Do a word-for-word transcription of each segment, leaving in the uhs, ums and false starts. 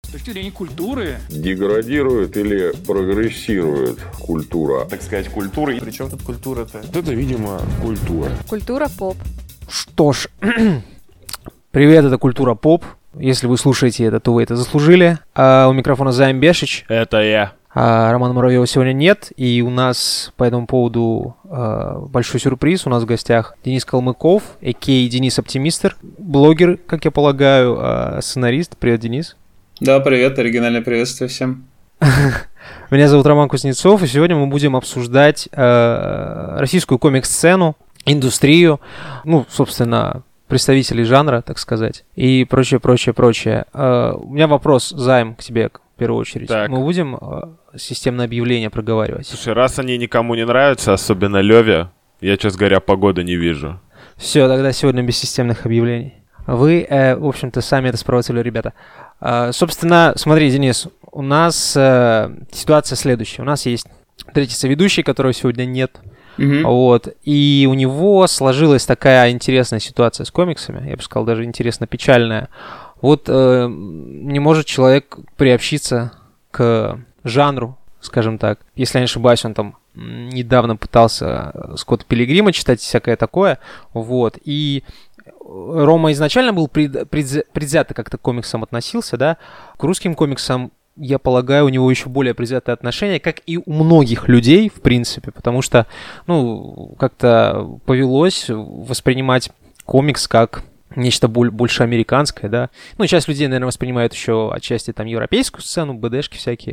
С точки зрения культуры. Деградирует или прогрессирует культура? Так сказать, культура. При чем тут культура-то? Это, видимо, культура. Культура поп. Что ж, привет, это Культура поп. Если вы слушаете это, то вы это заслужили. А у микрофона Займ Бешич. Это я. А Романа Муравьева сегодня нет, и у нас по этому поводу э, большой сюрприз. У нас в гостях Денис Калмыков, а.к.а. Денис Оптимистр, блогер, как я полагаю, э, сценарист. Привет, Денис. Да, привет, оригинальное приветствие всем. Меня зовут Роман Кузнецов, и сегодня мы будем обсуждать э, российскую комикс-сцену, индустрию, ну, собственно, представителей жанра, так сказать, и прочее, прочее, прочее. Э, у меня вопрос, Займ, к тебе, в первую очередь. Так. Мы будем э, системное объявление проговаривать? Слушай, раз они никому не нравятся, особенно Леве, я, честно говоря, погоды не вижу. Все, тогда сегодня без системных объявлений. Вы, э, в общем-то, сами это спровоцировали, ребята. Э, собственно, смотри, Денис, у нас э, ситуация следующая. У нас есть третий соведущий, которого сегодня нет. Угу. Вот. И у него сложилась такая интересная ситуация с комиксами. Я бы сказал, даже интересно-печальная. Вот э, не может человек приобщиться к жанру, скажем так. Если я не ошибаюсь, он там недавно пытался Скотта Пилигрима читать, всякое такое. Вот. И Рома изначально был пред, предвз, предвзято как-то к комиксам относился, да. К русским комиксам, я полагаю, у него еще более предвзятое отношение, как и у многих людей, в принципе, потому что, ну, как-то повелось воспринимать комикс как нечто больше американское, да. Ну, часть людей, наверное, воспринимают еще отчасти там европейскую сцену, БДшки всякие,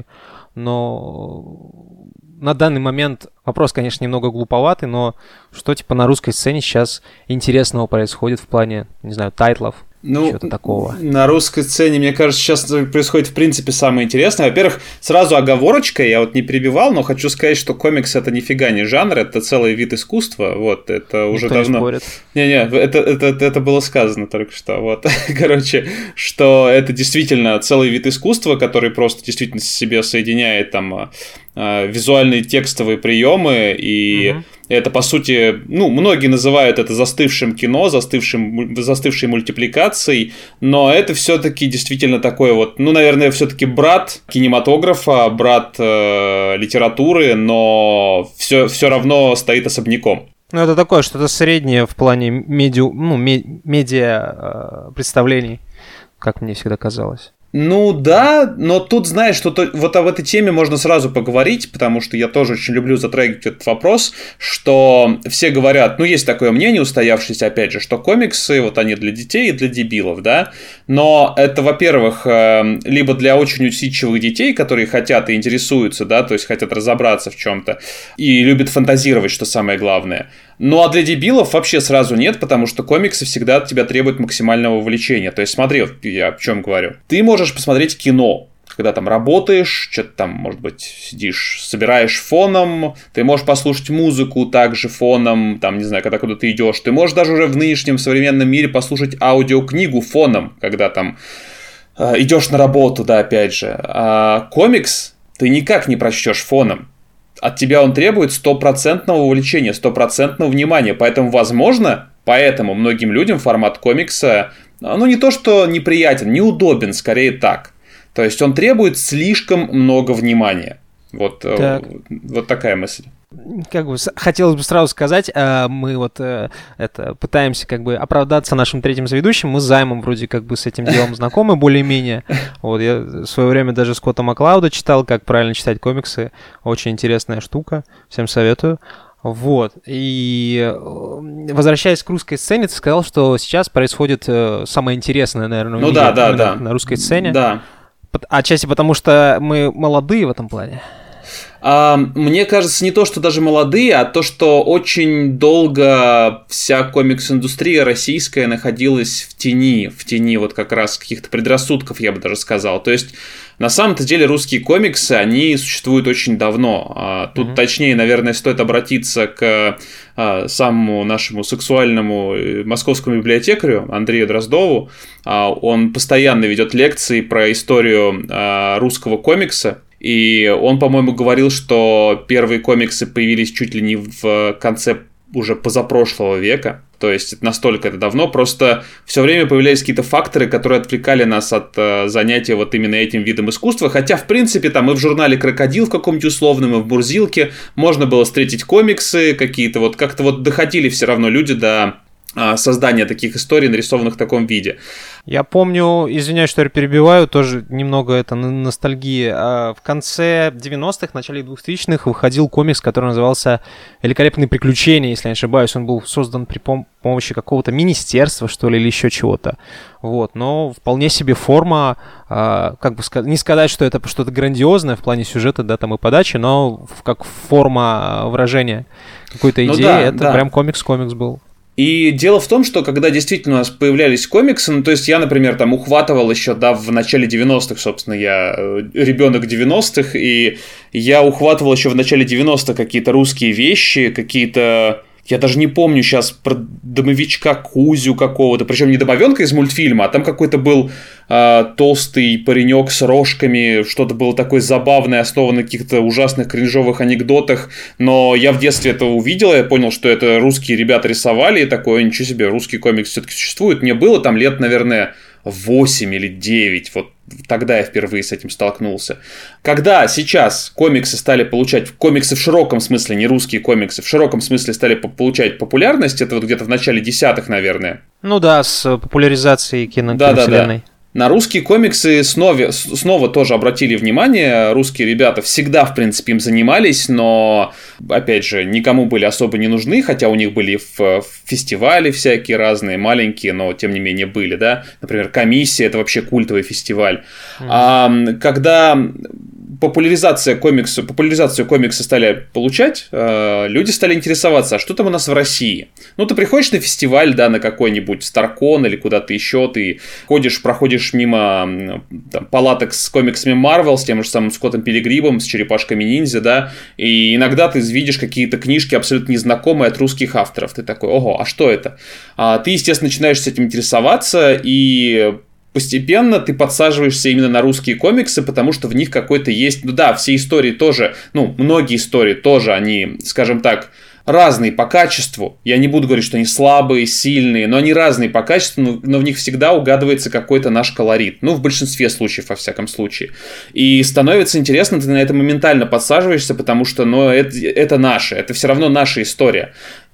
но на данный момент вопрос, конечно, немного глуповатый, но что, типа, на русской сцене сейчас интересного происходит в плане, не знаю, тайтлов, ну, чего-то такого? На русской сцене, мне кажется, сейчас происходит, в принципе, самое интересное. Во-первых, сразу оговорочка, я вот не перебивал, но хочу сказать, что комикс — это нифига не жанр, это целый вид искусства, вот, это уже Никто давно... не спорит. Не-не, это, это, это, это было сказано только что, вот, короче, что это действительно целый вид искусства, который просто действительно в себе соединяет там визуальные текстовые приемы, и угу. это, по сути, ну, многие называют это застывшим кино, застывшим, застывшей мультипликацией, но это все-таки действительно такой вот, ну, наверное, все-таки брат кинематографа, брат э, литературы, но все, все равно стоит особняком. Ну, это такое, что-то среднее в плане медиа, ну, медиа представлений, как мне всегда казалось. Ну да, но тут, знаешь, что вот об этой теме можно сразу поговорить, потому что я тоже очень люблю затрагивать этот вопрос, что все говорят, ну есть такое мнение устоявшееся, опять же, что комиксы, вот они для детей и для дебилов, да, но это, во-первых, либо для очень усидчивых детей, которые хотят и интересуются, да, то есть хотят разобраться в чем-то и любят фантазировать, что самое главное. Ну а для дебилов вообще сразу нет, потому что комиксы всегда от тебя требуют максимального вовлечения. То есть смотри, я о чем говорю. Ты можешь посмотреть кино, когда там работаешь, что-то там, может быть, сидишь, собираешь фоном, ты можешь послушать музыку также фоном, там, не знаю, когда куда ты идешь. Ты можешь даже уже в нынешнем современном мире послушать аудиокнигу фоном, когда там э, идешь на работу, да, опять же. А комикс ты никак не прочтешь фоном. От тебя он требует стопроцентного увлечения, стопроцентного внимания. Поэтому, возможно, поэтому многим людям формат комикса, ну, не то что неприятен, неудобен, скорее так. То есть он требует слишком много внимания. Вот, так. вот такая мысль. Как бы хотелось бы сразу сказать, мы вот это пытаемся как бы оправдаться нашим третьим заведующим, мы с Займом вроде как бы с этим делом знакомы более-менее. Вот я в свое время даже Скотта Маклауда читал, как правильно читать комиксы, очень интересная штука, всем советую. Вот, и возвращаясь к русской сцене, ты сказал, что сейчас происходит самое интересное, наверное, ну, да, да, да. на русской сцене. Да. Отчасти потому, что мы молодые в этом плане. А, мне кажется, не то, что даже молодые, а то, что очень долго вся комикс-индустрия российская находилась в тени, в тени вот как раз каких-то предрассудков, я бы даже сказал. То есть, на самом-то деле, русские комиксы, они существуют очень давно. А, тут, mm-hmm. точнее, наверное, стоит обратиться к а, самому нашему сексуальному московскому библиотекарю Андрею Дроздову. А, он постоянно ведет лекции про историю а, русского комикса. И он, по-моему, говорил, что первые комиксы появились чуть ли не в конце уже позапрошлого века. То есть это настолько это давно, просто все время появлялись какие-то факторы, которые отвлекали нас от э, занятия вот именно этим видом искусства. Хотя, в принципе, там и в журнале «Крокодил» в каком-нибудь условном, и в «Мурзилке» можно было встретить комиксы какие-то. Вот как-то вот доходили все равно люди до э, создания таких историй, нарисованных в таком виде. Я помню, извиняюсь, что я перебиваю, тоже немного это ностальгии. В конце девяностых, начале двухтысячных выходил комикс, который назывался «Великолепные приключения», если я не ошибаюсь. Он был создан при пом- помощи какого-то министерства, что ли, или еще чего-то. Вот. Но вполне себе форма, как бы сказать, не сказать, что это что-то грандиозное в плане сюжета, да, там и подачи, но как форма выражения какой-то идеи, ну да, это да. Прям комикс-комикс был. И дело в том, что когда действительно у нас появлялись комиксы, ну, то есть я, например, там ухватывал еще, да, в начале девяностых, собственно, я ребенок девяностых, и я ухватывал еще в начале девяностых какие-то русские вещи, какие-то... Я даже не помню сейчас про домовичка Кузю какого-то, причем не домовенка из мультфильма, а там какой-то был э, толстый паренек с рожками, что-то было такое забавное, основано на каких-то ужасных кринжовых анекдотах, но я в детстве это увидел, я понял, что это русские ребята рисовали, и такое, ничего себе, русский комикс все-таки существует. Мне было там лет, наверное, восемь или девять, вот тогда я впервые с этим столкнулся. Когда сейчас комиксы стали получать, комиксы в широком смысле, не русские комиксы, в широком смысле стали получать популярность, это вот где-то в начале десятых, наверное. Ну да, с популяризацией кино- да, киновселенной. Да, да. На русские комиксы снова, снова тоже обратили внимание, русские ребята всегда, в принципе, им занимались, но, опять же, никому были особо не нужны, хотя у них были в фестивали всякие разные, маленькие, но, тем не менее, были, да, например, «Комиссия» — это вообще культовый фестиваль. Mm-hmm. А когда популяризация комикса, популяризацию комикса стали получать, э, люди стали интересоваться, а что там у нас в России? Ну, ты приходишь на фестиваль, да, на какой-нибудь Старкон или куда-то еще, ты ходишь, проходишь мимо там, палаток с комиксами Marvel, с тем же самым Скоттом Пилигримом, с черепашками ниндзя, да, и иногда ты видишь какие-то книжки абсолютно незнакомые от русских авторов. Ты такой, ого, а что это? А ты, естественно, начинаешь с этим интересоваться, и постепенно ты подсаживаешься именно на русские комиксы, потому что в них какой-то есть... Ну да, все истории тоже, ну, многие истории тоже, они, скажем так, разные по качеству. Я не буду говорить, что они слабые, сильные, но они разные по качеству, но, но в них всегда угадывается какой-то наш колорит. Ну, в большинстве случаев, во всяком случае. И становится интересно, ты на это моментально подсаживаешься, потому что, ну, это, это наше, это все равно наша история.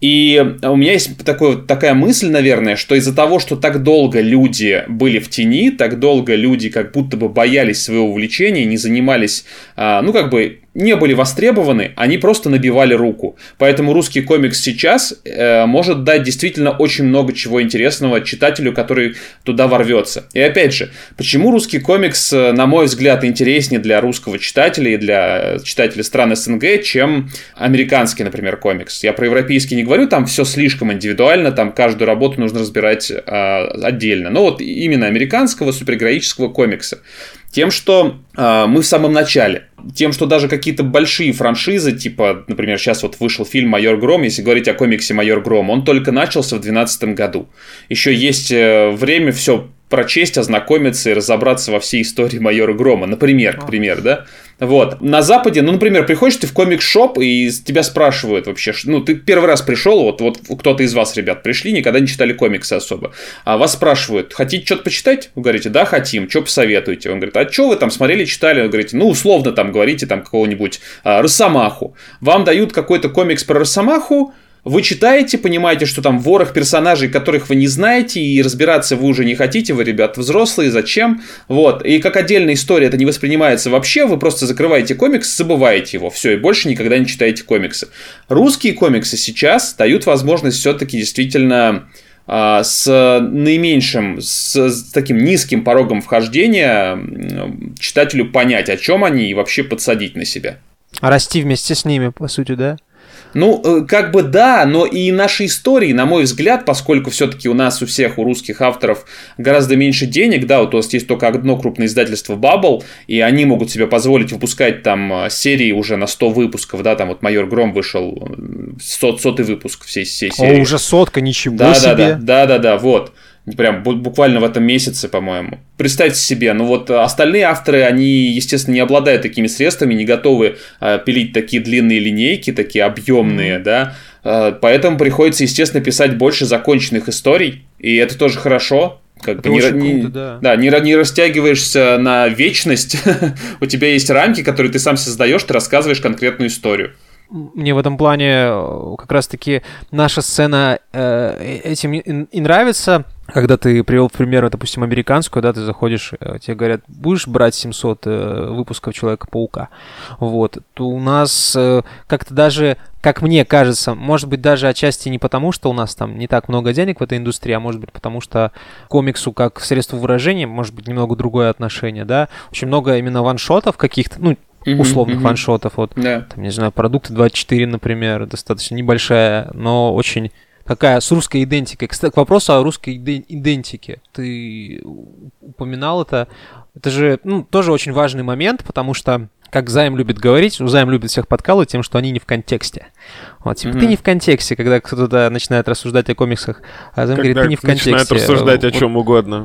И у меня есть такой, такая мысль, наверное, что из-за того, что так долго люди были в тени, так долго люди как будто бы боялись своего увлечения, не занимались, ну, как бы, не были востребованы, они просто набивали руку. Поэтому русский комикс сейчас э, может дать действительно очень много чего интересного читателю, который туда ворвется. И опять же, почему русский комикс, на мой взгляд, интереснее для русского читателя и для читателей стран СНГ, чем американский, например, комикс. Я про европейский не говорю, там все слишком индивидуально, там каждую работу нужно разбирать э, отдельно. Но вот именно американского супергероического комикса. Тем, что э, мы в самом начале. Тем, что даже какие-то большие франшизы, типа, например, сейчас вот вышел фильм «Майор Гром», если говорить о комиксе «Майор Гром», он только начался в две тысячи двенадцатом году. Еще есть время все прочесть, ознакомиться и разобраться во всей истории «Майора Грома». Например, к примеру, да? Вот. На Западе, ну, например, приходишь ты в комикс-шоп, и тебя спрашивают вообще, ну, ты первый раз пришел, вот, вот кто-то из вас, ребят, пришли, никогда не читали комиксы особо, а вас спрашивают, хотите что-то почитать? Вы говорите, да, хотим, что посоветуете? Он говорит, а что вы там смотрели, читали? Вы говорите, ну, условно там говорите, там, какого-нибудь а, Росомаху. Вам дают какой-то комикс про Росомаху, вы читаете, понимаете, что там ворох персонажей, которых вы не знаете, и разбираться вы уже не хотите, вы, ребята, взрослые, зачем? Вот, и как отдельная история это не воспринимается вообще, вы просто закрываете комикс, забываете его, все, и больше никогда не читаете комиксы. Русские комиксы сейчас дают возможность все-таки действительно а, с наименьшим, с, с таким низким порогом вхождения читателю понять, о чем они, и вообще подсадить на себя. А расти вместе с ними, по сути, да? Ну, как бы да, но и наши истории, на мой взгляд, поскольку все-таки у нас у всех, у русских авторов гораздо меньше денег, да, вот у нас есть только одно крупное издательство Bubble, и они могут себе позволить выпускать там серии уже на сто выпусков, да, там вот «Майор Гром» вышел, сот, сотый выпуск всей, всей серии. О, уже сотка, ничего да, себе! Да, да, да, да, да, вот. Прям буквально в этом месяце, по-моему. Представьте себе, ну вот остальные авторы, они, естественно, не обладают такими средствами, не готовы э, пилить такие длинные линейки, такие объемные, mm-hmm. да. Поэтому приходится, естественно, писать больше законченных историй, и это тоже хорошо. Как это бы очень не, круто, да. Да, не, не растягиваешься на вечность, у тебя есть рамки, которые ты сам создаешь, ты рассказываешь конкретную историю. Мне в этом плане как раз-таки наша сцена э, этим и, и нравится. Когда ты привел в пример, допустим, американскую, да, ты заходишь, тебе говорят, будешь брать семьсот э, выпусков Человека-паука, вот, то у нас э, как-то даже, как мне кажется, может быть, даже отчасти не потому, что у нас там не так много денег в этой индустрии, а может быть, потому что к комиксу как средству выражения, может быть, немного другое отношение, да, очень много именно ваншотов каких-то, ну, условных uh-huh, uh-huh. ваншотов, вот, yeah. там, не знаю, продукты двадцать четыре, например, достаточно небольшая, но очень такая с русской идентикой. Кстати, к вопросу о русской идентике. Ты упоминал это. Это же, ну, тоже очень важный момент, потому что, как Займ любит говорить, Займ любит всех подкалывать тем, что они не в контексте. Вот, типа, mm-hmm. ты не в контексте, когда кто-то начинает рассуждать о комиксах, а Займ говорит, ты не в контексте. Начинает рассуждать вот, о чем угодно.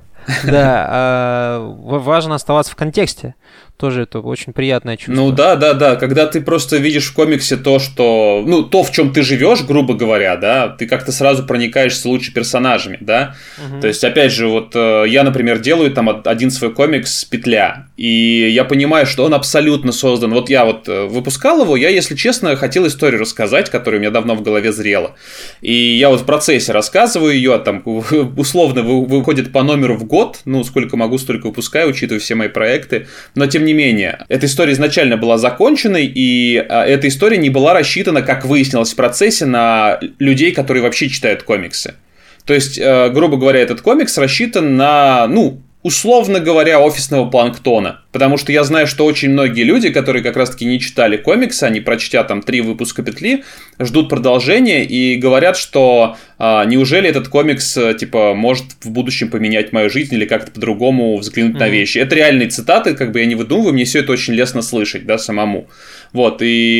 Да, а, важно оставаться в контексте. Тоже это очень приятное чувство. Ну да, да, да. Когда ты просто видишь в комиксе то, что... Ну, то, в чем ты живешь, грубо говоря, да, ты как-то сразу проникаешься лучше персонажами, да. Угу. То есть, опять же, вот я, например, делаю там один свой комикс «Петля», и я понимаю, что он абсолютно создан. Вот я вот выпускал его, я, если честно, хотел историю рассказать, которая у меня давно в голове зрела. И я вот в процессе рассказываю ее, там, условно, выходит по номеру в год, ну, сколько могу, столько выпускаю, учитывая все мои проекты, но тем не менее, эта история изначально была законченной, и а, эта история не была рассчитана, как выяснилось в процессе, на людей, которые вообще читают комиксы. То есть, э, грубо говоря, этот комикс рассчитан на, ну, условно говоря, офисного планктона. Потому что я знаю, что очень многие люди, которые как раз-таки не читали комиксы, они, прочтя там три выпуска «Петли», ждут продолжения и говорят, что а, неужели этот комикс, типа, может в будущем поменять мою жизнь или как-то по-другому взглянуть mm-hmm. на вещи. Это реальные цитаты, как бы я не выдумываю, мне все это очень лестно слышать, да, самому. Вот,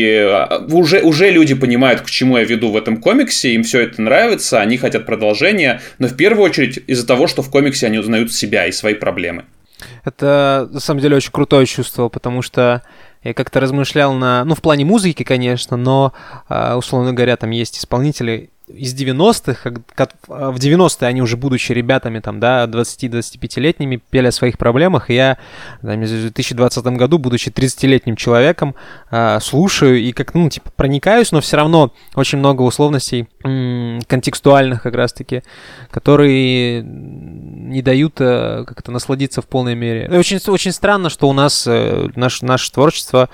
и уже, уже люди понимают, к чему я веду в этом комиксе, им все это нравится, они хотят продолжения, но в первую очередь из-за того, что в комиксе они узнают себя и свои проблемы. Это, на самом деле, очень крутое чувство, потому что я как-то размышлял на... Ну, в плане музыки, конечно, но, условно говоря, там есть исполнители из девяностых, в девяностые они уже, будучи ребятами, там, да, двадцати-двадцатипятилетними, пели о своих проблемах, и я там, в две тысячи двадцатом году, будучи тридцатилетним человеком, слушаю и как, ну, типа, проникаюсь, но все равно очень много условностей контекстуальных как раз-таки, которые не дают как-то насладиться в полной мере. И очень, очень странно, что у нас наш, наше творчество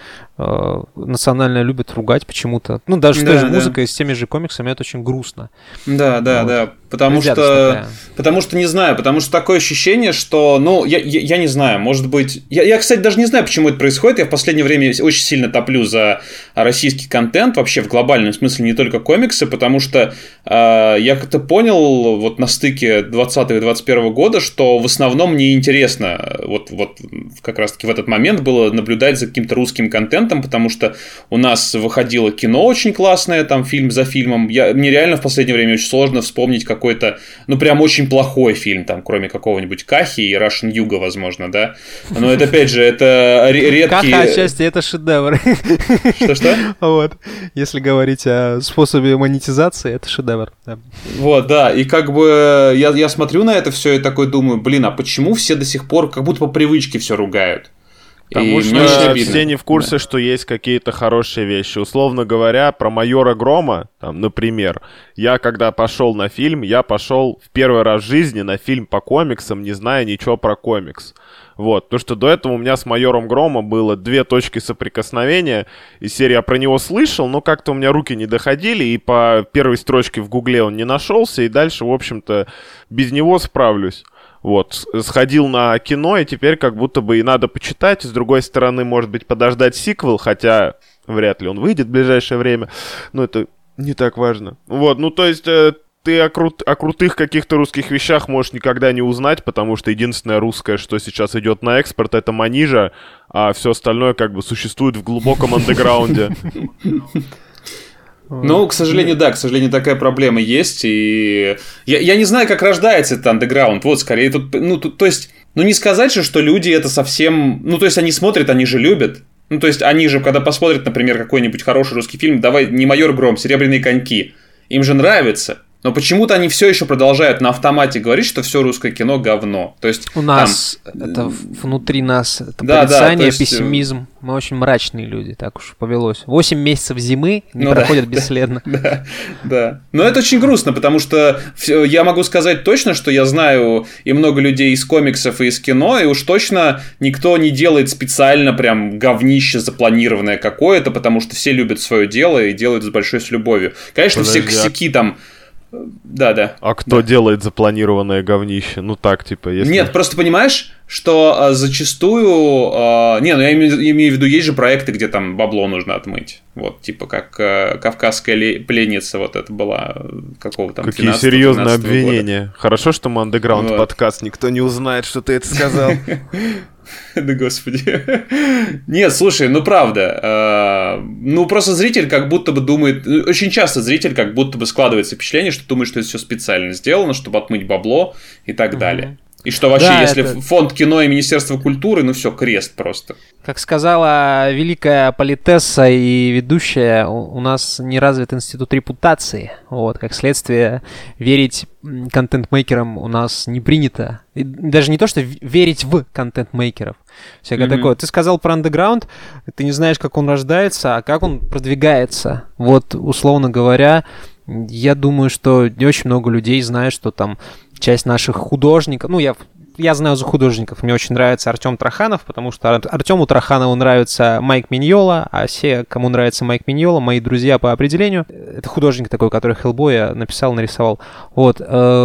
национально любят ругать почему-то. Ну, даже да, с той же да. музыкой, с теми же комиксами, это очень грустно. Да, да, вот. да. Потому что, такая. потому что, не знаю, потому что такое ощущение, что, ну, я, я, я не знаю, может быть... Я, я, кстати, даже не знаю, почему это происходит. Я в последнее время очень сильно топлю за российский контент, вообще в глобальном смысле, не только комиксы, потому что э, я как-то понял вот на стыке двадцатого и двадцать первого года, что в основном мне интересно вот, вот как раз-таки в этот момент было наблюдать за каким-то русским контентом, потому что у нас выходило кино очень классное, там, фильм за фильмом. Я, мне реально в последнее время очень сложно вспомнить какой-то, ну, прям очень плохой фильм, там, кроме какого-нибудь Кахи и Russian Yuga, возможно, да. Но это, опять же, это редкие... Каха отчасти это шедевр. Что-что? Вот. Если говорить о способе монетизации, это шедевр. Да. Вот, да. И как бы я, я смотрю на это все и такой думаю, блин, а почему все до сих пор как будто по привычке все ругают? Потому и что все не в курсе, да. что есть какие-то хорошие вещи. Условно говоря, про майора Грома, там, например, я когда пошел на фильм, я пошел в первый раз в жизни на фильм по комиксам, не зная ничего про комикс. Вот, потому что до этого у меня с майором Грома было две точки соприкосновения, и серия я про него слышал, но как-то у меня руки не доходили, и по первой строчке в Гугле он не нашелся, и дальше, в общем-то, без него справлюсь. Вот, сходил на кино, и теперь как будто бы и надо почитать, с другой стороны, может быть, подождать сиквел, хотя вряд ли он выйдет в ближайшее время, но это не так важно. Вот, ну то есть э, ты о, крут- о крутых каких-то русских вещах можешь никогда не узнать, потому что единственное русское, что сейчас идет на экспорт, это Манижа, а все остальное как бы существует в глубоком андеграунде. Ну, к сожалению, да, к сожалению, такая проблема есть, и я, я не знаю, как рождается этот андеграунд, вот, скорее, тут, ну, тут, то есть, ну, не сказать же, что люди это совсем, ну, то есть, они смотрят, они же любят, Ну, то есть они же, когда посмотрят, например, какой-нибудь хороший русский фильм, давай, не «Майор Гром», «Серебряные коньки», им же нравится. Но почему-то они все еще продолжают на автомате говорить, что все русское кино говно. То есть у нас там... это внутри нас это да, порицание, да, есть... пессимизм. Мы очень мрачные люди, так уж повелось. Восемь месяцев зимы не ну, проходят да, бесследно. Да, да. Но это очень грустно, потому что я могу сказать точно, что я знаю и много людей из комиксов, и из кино, и уж точно никто не делает специально прям говнище запланированное какое-то, потому что все любят свое дело и делают с большой с любовью. Конечно, Подожди, все косяки там... Да, да. А кто да. делает запланированное говнище? Ну так, типа, если... Нет, просто понимаешь, что а, зачастую... А, не, ну я имею, имею в виду, есть же проекты, где там бабло нужно отмыть. Вот, типа, как а, «Кавказская ли, пленница», вот это была какого там Какие серьезные обвинения. года. Хорошо, что мы андеграунд вот. подкаст, никто не узнает, что ты это сказал. Да господи. Нет, слушай, ну правда. Ну просто зритель как будто бы думает... Очень часто зритель как будто бы складывается впечатление, что думает, что это все специально сделано, чтобы отмыть бабло и так далее. И что вообще, да, если это... фонд кино и Министерство культуры, ну все, крест просто. Как сказала великая политесса и ведущая, у нас не развит институт репутации. Вот, как следствие, верить контент-мейкерам у нас не принято. И даже не то, что верить в контент-мейкеров. Всякое mm-hmm. такое. Ты сказал про андеграунд, ты не знаешь, как он рождается, а как он продвигается. Вот, условно говоря, я думаю, что не очень много людей знают, что там часть наших художников... Ну, я, я знаю за художников. Мне очень нравится Артем Траханов, потому что Артему Траханову нравится Майк Миньола, а все, кому нравится Майк Миньола, мои друзья по определению. Это художник такой, который Хеллбоя написал, нарисовал. Вот.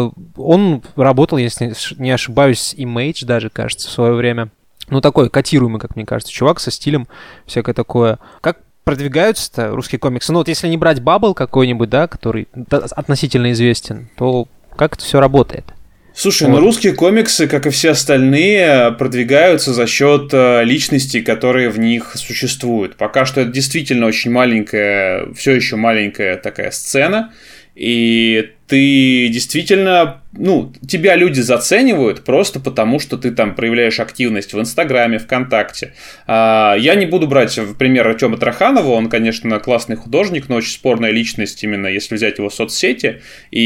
Он работал, если не ошибаюсь, с Image даже, кажется, в свое время. Ну, такой котируемый, как мне кажется, чувак со стилем, всякое такое. Как продвигаются-то русские комиксы? Ну, вот если не брать Баббл какой-нибудь, да, который относительно известен, то как это все работает? Слушай, вот. ну русские комиксы, как и все остальные, продвигаются за счет личностей, которые в них существуют. Пока что это действительно очень маленькая, все еще маленькая такая сцена, и ты действительно, ну, тебя люди заценивают просто потому, что ты там проявляешь активность в Инстаграме, ВКонтакте. А, я не буду брать в пример Артема Траханова, он, конечно, классный художник, но очень спорная личность, именно если взять его соцсети,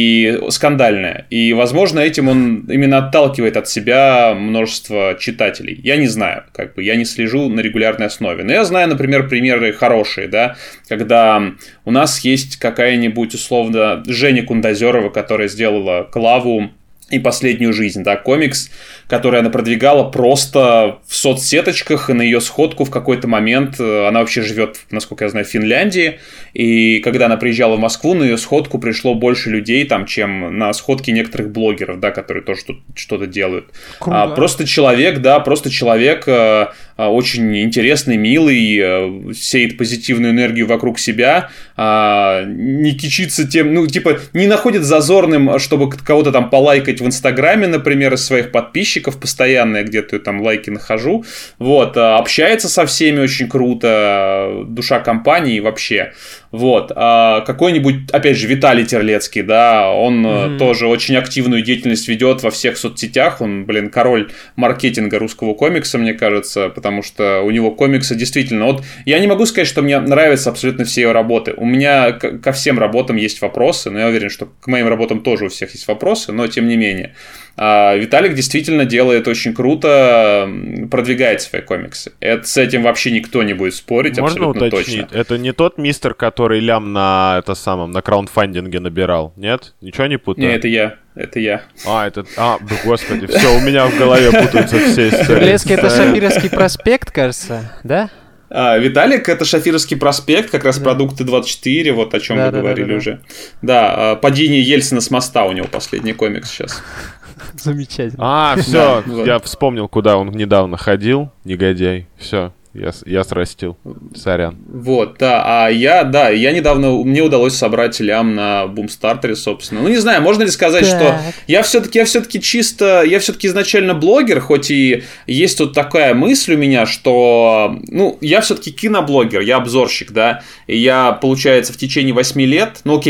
и скандальная. И, возможно, этим он именно отталкивает от себя множество читателей. Я не знаю, как бы, я не слежу на регулярной основе. Но я знаю, например, примеры хорошие, да, когда у нас есть какая-нибудь, условно, Женя Кундазерова, которая сделала «Клаву» и «Последнюю жизнь», да, комикс, который она продвигала просто в соцсеточках, и на ее сходку в какой-то момент, она вообще живет, насколько я знаю, в Финляндии, и когда она приезжала в Москву, на ее сходку пришло больше людей, там, чем на сходки некоторых блогеров, да, которые тоже тут что-то делают. А, просто человек, да, просто человек а, очень интересный, милый, а, сеет позитивную энергию вокруг себя, а, не кичится тем, ну, типа, не находит зазорным, чтобы кого-то там полайкать в Инстаграме, например, из своих подписчиков, постоянно я где-то там лайки нахожу, вот, общается со всеми очень круто, душа компании вообще, вот, а какой-нибудь, опять же, Виталий Терлецкий, да, он mm-hmm. тоже очень активную деятельность ведет во всех соцсетях, он, блин, король маркетинга русского комикса, мне кажется, потому что у него комиксы действительно, вот, я не могу сказать, что мне нравятся абсолютно все его работы, у меня ко всем работам есть вопросы, но я уверен, что к моим работам тоже у всех есть вопросы, но тем не менее. Виталик действительно делает очень круто, продвигает свои комиксы. Это, с этим вообще никто не будет спорить. Можно абсолютно уточнить? Точно. Это не тот мистер, который лям на это самом, на краундфандинге набирал? Нет? Ничего не путаю? Не, это я. Это я. А, это... А, да господи, все, у меня в голове путаются все истории. Терлецкий — это Шапировский проспект, кажется, да? А, Виталик — это Шафировский проспект, как раз да. Продукты двадцать четыре, вот о чем да, вы да, говорили да, да, уже. Да, да, падение Ельцина с моста у него последний комикс сейчас. Замечательно. А, все, да, я вот. вспомнил, куда он недавно ходил, негодяй. Все, я, я срастил. Сорян. Вот, да, а я, да, я недавно, мне удалось собрать лям на Бумстартере, собственно. Ну, не знаю, можно ли сказать, так. что я все-таки, я все-таки чисто, я все-таки изначально блогер, хоть и есть тут такая мысль у меня, что, ну, я все-таки киноблогер, я обзорщик, да, и я, получается, в течение восьми лет, ну, окей,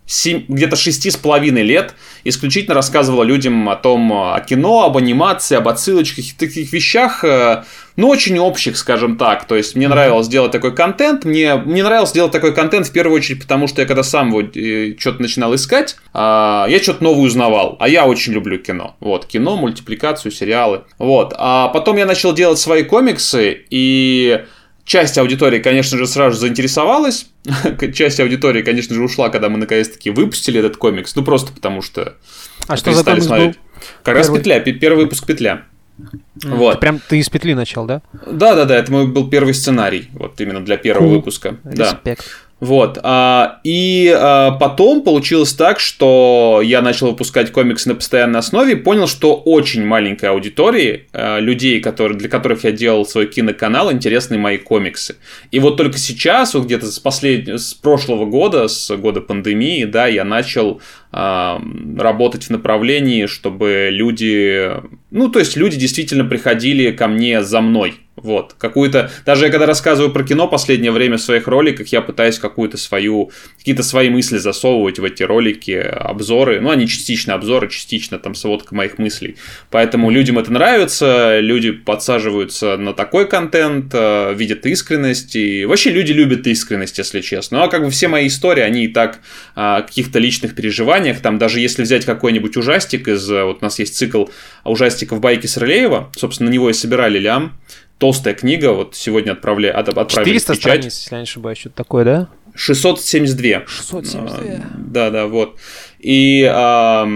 где-то шести с половиной лет исключительно рассказывала людям о том, о кино, об анимации, об отсылочках, таких вещах, ну, очень общих, скажем так. То есть мне нравилось делать такой контент, мне, мне нравилось делать такой контент в первую очередь, потому что я когда сам вот, э, что-то начинал искать, э, я что-то новое узнавал, а я очень люблю кино. Вот, кино, мультипликацию, сериалы. Вот, а потом я начал делать свои комиксы, и... Часть аудитории, конечно же, сразу заинтересовалась. Часть аудитории, конечно же, ушла, когда мы наконец-таки выпустили этот комикс. Ну, просто потому что... А что за комикс был? Как раз «Петля», первый выпуск «Петля». Mm, вот. Ты прям ты из «Петли» начал, да? Да-да-да, это мой был первый сценарий, вот именно для первого cool. выпуска. Респект. Да. Вот, а, и а, потом получилось так, что я начал выпускать комиксы на постоянной основе, понял, что очень маленькой аудитории а, людей, которые, для которых я делал свой киноканал, интересны мои комиксы. И вот только сейчас, вот где-то с, послед... с прошлого года, с года пандемии, да, я начал а, работать в направлении, чтобы люди, ну, то есть люди действительно приходили ко мне за мной. Вот, какую-то... Даже я когда рассказываю про кино последнее время в своих роликах, я пытаюсь какую-то свою... Какие-то свои мысли засовывать в эти ролики, обзоры. Ну, они частично обзоры, частично там сводка моих мыслей. Поэтому людям это нравится, люди подсаживаются на такой контент, видят искренность. И вообще люди любят искренность, если честно. Ну, а как бы все мои истории, они и так о каких-то личных переживаниях. Там даже если взять какой-нибудь ужастик из... Вот у нас есть цикл ужастиков Байки Срылеева. Собственно, на него и собирали лям. Толстая книга, вот сегодня отправля... отправили четыреста в печать. Страниц, если я не ошибаюсь, что-то такое, да? шестьсот семьдесят два. шестьсот семьдесят два. А, да, да, вот. И а,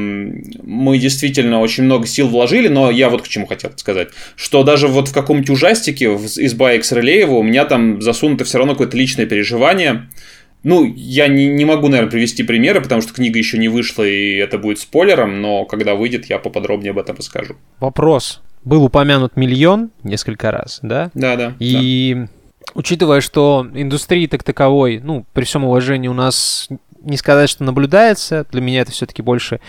мы действительно очень много сил вложили, но я вот к чему хотел сказать, что даже вот в каком-нибудь ужастике из Баек Срылеева у меня там засунуто все равно какое-то личное переживание. Ну, я не, не могу, наверное, привести примеры, потому что книга еще не вышла, и это будет спойлером, но когда выйдет, я поподробнее об этом расскажу. Вопрос. Был упомянут миллион несколько раз, да? Да, да. И да. Учитывая, что индустрии так таковой, ну, при всем уважении у нас не сказать, что наблюдается, для меня это все-таки больше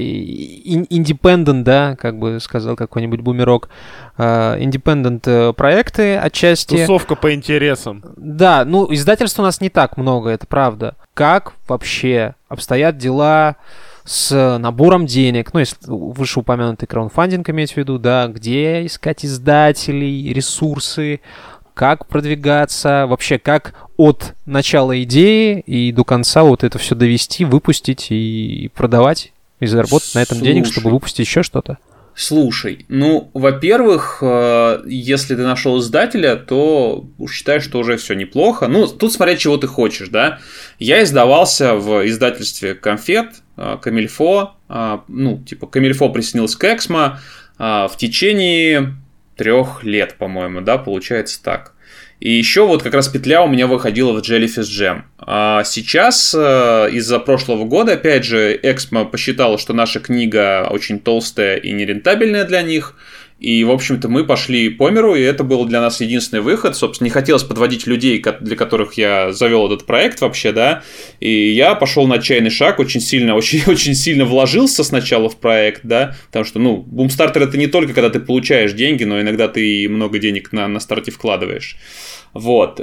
индепендент, да, как бы сказал какой-нибудь бумерок, индепендент проекты отчасти. Тусовка по интересам. Да, ну, издательств у нас не так много, это правда. Как вообще обстоят дела с набором денег, ну, если вышеупомянутый краундфандинг иметь в виду, да, где искать издателей, ресурсы, как продвигаться, вообще как от начала идеи и до конца вот это все довести, выпустить и продавать, и заработать на этом Слушай. денег, чтобы выпустить еще что-то. Слушай, ну, во-первых, если ты нашел издателя, то считай, что уже все неплохо. Ну, тут смотря чего ты хочешь, да. Я издавался в издательстве «Конфет», «Камильфо», ну, типа «Камильфо» присоединился к «Эксмо» в течение трех лет, по-моему, да, получается так. И еще вот как раз «Петля» у меня выходила в Jellyfish Jam. А сейчас из-за прошлого года, опять же, Эксмо посчитала, что наша книга очень толстая и нерентабельная для них. И, в общем-то, мы пошли по миру, и это был для нас единственный выход. Собственно, не хотелось подводить людей, для которых я завел этот проект вообще, да. И я пошел на отчаянный шаг, очень сильно, очень, очень сильно вложился сначала в проект, да. Потому что, ну, бумстартер — это не только когда ты получаешь деньги, но иногда ты много денег на, на старте вкладываешь. Вот.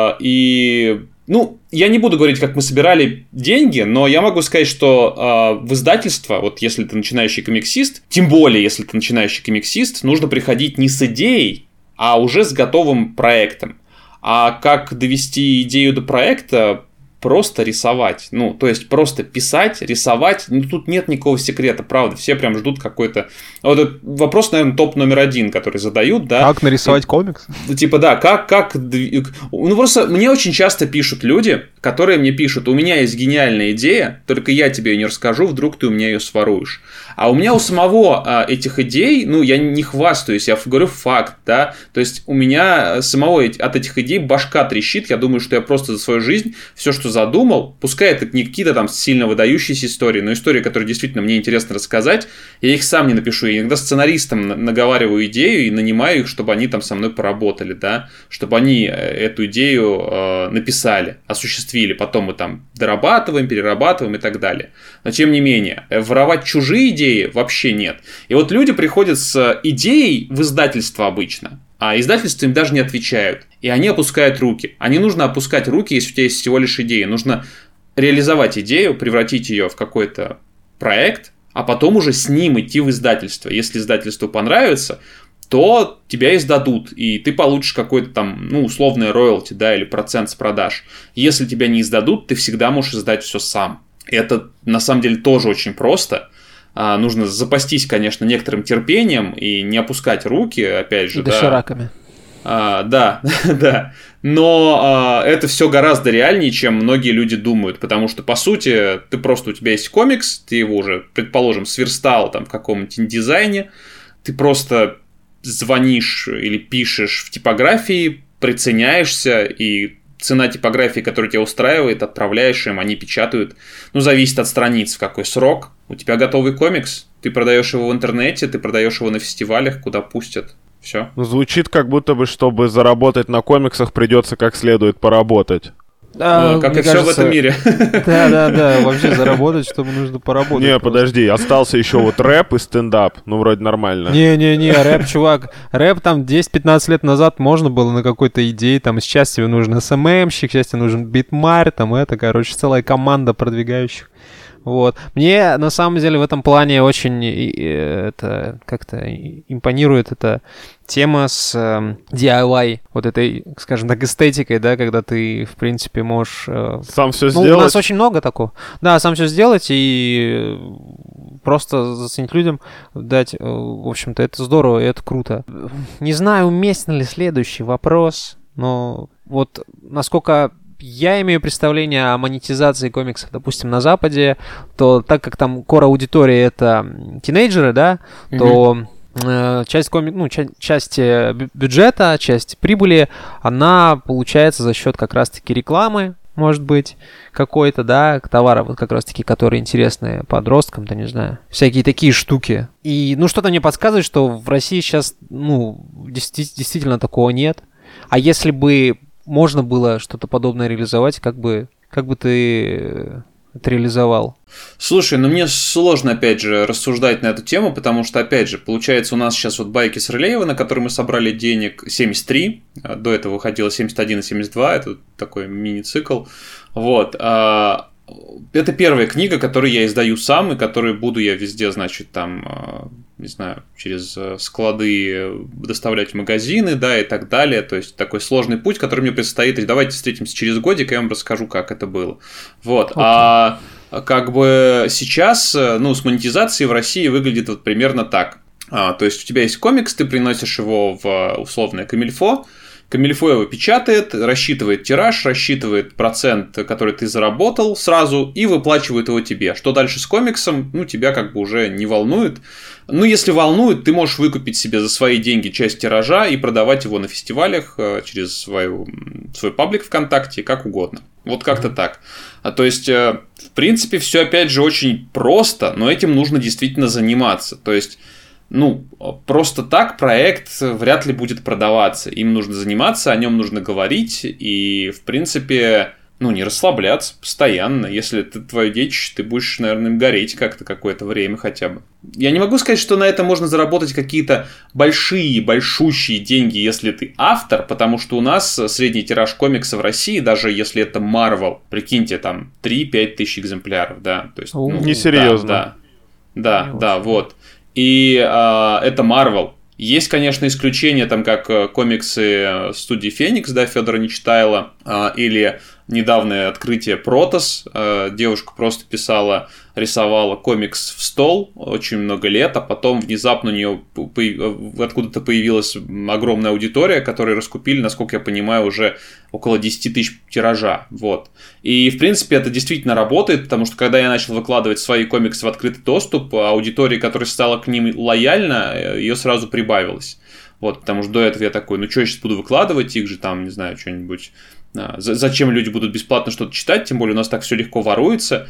И... Ну, я не буду говорить, как мы собирали деньги, но я могу сказать, что э, в издательство, вот если ты начинающий комиксист, тем более, если ты начинающий комиксист, нужно приходить не с идеей, а уже с готовым проектом. А как довести идею до проекта? Просто рисовать. Ну, то есть, просто писать, рисовать. Ну, тут нет никакого секрета, правда. Все прям ждут какой-то... Вот этот вопрос, наверное, топ номер один, который задают, да. Как нарисовать комикс? Типа, да, как... как... Ну, просто мне очень часто пишут люди, которые мне пишут: у меня есть гениальная идея, только я тебе ее не расскажу, вдруг ты у меня ее своруешь. А у меня у самого а, этих идей, ну, я не хвастаюсь, я говорю факт, да. То есть, у меня самого от этих идей башка трещит. Я думаю, что я просто за свою жизнь все, что задумал, пускай это не какие-то там сильно выдающиеся истории, но истории, которые действительно мне интересно рассказать, я их сам не напишу. Я иногда сценаристам наговариваю идею и нанимаю их, чтобы они там со мной поработали, да, чтобы они эту идею э, написали, осуществили, потом мы там дорабатываем, перерабатываем и так далее. Но тем не менее, воровать чужие идеи вообще нет. И вот люди приходят с идеей в издательство обычно, а издательства им даже не отвечают. И они опускают руки. А не нужно опускать руки, если у тебя есть всего лишь идея. Нужно реализовать идею, превратить ее в какой-то проект, а потом уже с ним идти в издательство. Если издательству понравится, то тебя издадут, и ты получишь какой-то там, ну, условное роялти, да, или процент с продаж. Если тебя не издадут, ты всегда можешь издать все сам. Это, на самом деле, тоже очень просто. А, нужно запастись, конечно, некоторым терпением и не опускать руки, опять же. И дошираками. А, да, да. Но а, это все гораздо реальнее, чем многие люди думают, потому что, по сути, ты просто, у тебя есть комикс, ты его уже, предположим, сверстал там в каком-нибудь дизайне, ты просто звонишь или пишешь в типографии, приценяешься, и цена типографии, которая тебя устраивает, отправляешь им, они печатают. Ну, зависит от страниц, в какой срок. У тебя готовый комикс, ты продаешь его в интернете, ты продаешь его на фестивалях, куда пустят. Все. Ну, звучит как будто бы, чтобы заработать на комиксах, придется как следует поработать. Да, как и кажется, все в этом мире. Да, да, да, вообще заработать, чтобы нужно поработать. Не, просто. Подожди, остался еще вот рэп и стендап. Ну, вроде нормально. Не-не-не, рэп, чувак. Рэп там десять-пятнадцать лет назад можно было на какой-то идее. Там сейчас тебе нужен эс эм эм-щик, сейчас тебе нужен битмарь, там это, короче, целая команда продвигающих. Вот. Мне, на самом деле, в этом плане очень это как-то импонирует эта тема с э, ди ай вай, вот этой, скажем так, эстетикой, да, когда ты, в принципе, можешь... Э, сам все ну, сделать? У нас очень много такого. Да, сам все сделать и просто заценить людям, дать, в общем-то, это здорово, и это круто. Не знаю, уместен ли следующий вопрос, но вот насколько... Я имею представление о монетизации комиксов, допустим, на Западе, то так как там кор-аудитория — это тинейджеры, да, mm-hmm. то э, часть, коми... ну, ча- часть бюджета, часть прибыли, она получается за счет как раз-таки рекламы, может быть, какой-то, да, товара, вот как раз-таки, которые интересны подросткам, да, не знаю, всякие такие штуки. И, ну, что-то мне подсказывает, что в России сейчас, ну, действительно такого нет. А если бы можно было что-то подобное реализовать, как бы, как бы ты это реализовал? Слушай, ну мне сложно, опять же, рассуждать на эту тему, потому что, опять же, получается, у нас сейчас вот байки с Рылеева, на которые мы собрали денег, семьдесят три, до этого выходило семьдесят один и семьдесят два, это такой мини-цикл, вот. Это первая книга, которую я издаю сам, и которую буду я везде, значит, там, не знаю, через склады доставлять в магазины, да, и так далее. То есть такой сложный путь, который мне предстоит. И давайте встретимся через годик, и я вам расскажу, как это было. Вот. Okay. А как бы сейчас, ну, с монетизацией в России выглядит вот примерно так. А, то есть у тебя есть комикс, ты приносишь его в условное Комильфо, Комильфо его печатает, рассчитывает тираж, рассчитывает процент, который ты заработал сразу, и выплачивает его тебе. Что дальше с комиксом, ну, тебя как бы уже не волнует. Ну, если волнует, ты можешь выкупить себе за свои деньги часть тиража и продавать его на фестивалях через свою, свой паблик ВКонтакте, как угодно. Вот как-то так. А, то есть, в принципе, все опять же очень просто, но этим нужно действительно заниматься. То есть, ну, просто так проект вряд ли будет продаваться. Им нужно заниматься, о нем нужно говорить и, в принципе, ну, не расслабляться постоянно. Если это твое детище, ты будешь, наверное, им гореть как-то какое-то время хотя бы. Я не могу сказать, что на это можно заработать какие-то большие, большущие деньги, если ты автор, потому что у нас средний тираж комикса в России, даже если это Marvel, прикиньте, там три-пять тысяч экземпляров, да. То есть, ну, несерьезно. Да, да, да, да, вот. И а, это Marvel. Есть, конечно, исключения, там, как комиксы студии Феникс, да, Федора Нечитайла, а, или недавнее открытие Протос. А, девушка просто писала, рисовала комикс в стол очень много лет, а потом внезапно у нее откуда-то появилась огромная аудитория, которые раскупили, насколько я понимаю, уже около десять тысяч тиража. Вот. И, в принципе, это действительно работает, потому что, когда я начал выкладывать свои комиксы в открытый доступ, аудитория, которая стала к ним лояльна, ее сразу прибавилось. Вот, потому что до этого я такой, ну что я сейчас буду выкладывать, их же там, не знаю, что-нибудь... Зачем люди будут бесплатно что-то читать, тем более у нас так все легко воруется.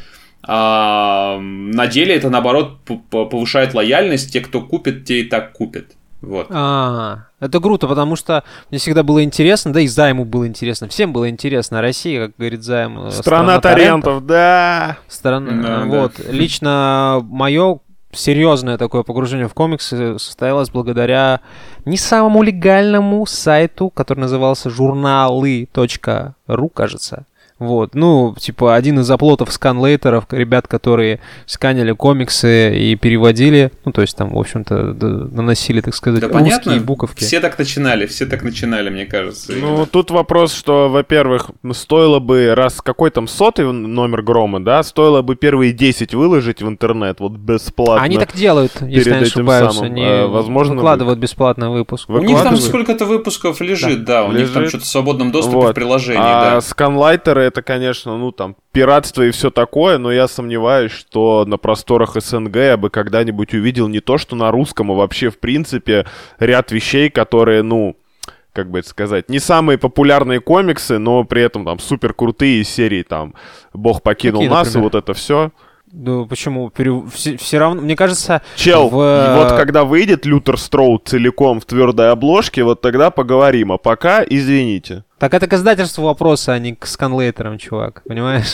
А на деле это, наоборот, повышает лояльность. Те, кто купит, те и так купят. Вот. А, это круто, потому что мне всегда было интересно, да и Займу было интересно, всем было интересно. Россия, как говорит Займ, страна, страна торрентов, да. Страна, да, вот. Да. Лично мое серьезное такое погружение в комиксы состоялось благодаря не самому легальному сайту, который назывался журналы точка ру, кажется. Вот, ну, типа, один из оплотов сканлейтеров, ребят, которые сканили комиксы и переводили, ну, то есть там, в общем-то, наносили, так сказать, да, русские понятно. буковки. Все так начинали, все так начинали, мне кажется. Ну, именно. тут вопрос, что, во-первых, стоило бы, раз какой там сотый номер Грома, да, стоило бы первые десять выложить в интернет, вот бесплатно. Они так делают, если я не ошибаюсь, они э, возможно, выкладывают бесплатный выпуск. У них там сколько-то выпусков лежит, да, да у лежит. них там что-то в свободном доступе вот. в приложении, а да. сканлайтеры это, конечно, ну там пиратство и все такое, но я сомневаюсь, что на просторах СНГ я бы когда-нибудь увидел не то, что на русском, а вообще в принципе ряд вещей, которые, ну, как бы это сказать, не самые популярные комиксы, но при этом там супер крутые серии, там «Бог покинул Какие, нас» например? и вот это все. Да почему? Пере... Все, все равно, мне кажется... Чел, в... вот когда выйдет Лютер Строуд целиком в твердой обложке, вот тогда поговорим, а пока извините. Так это к издательству вопроса, а не к сканлейтерам, чувак, понимаешь?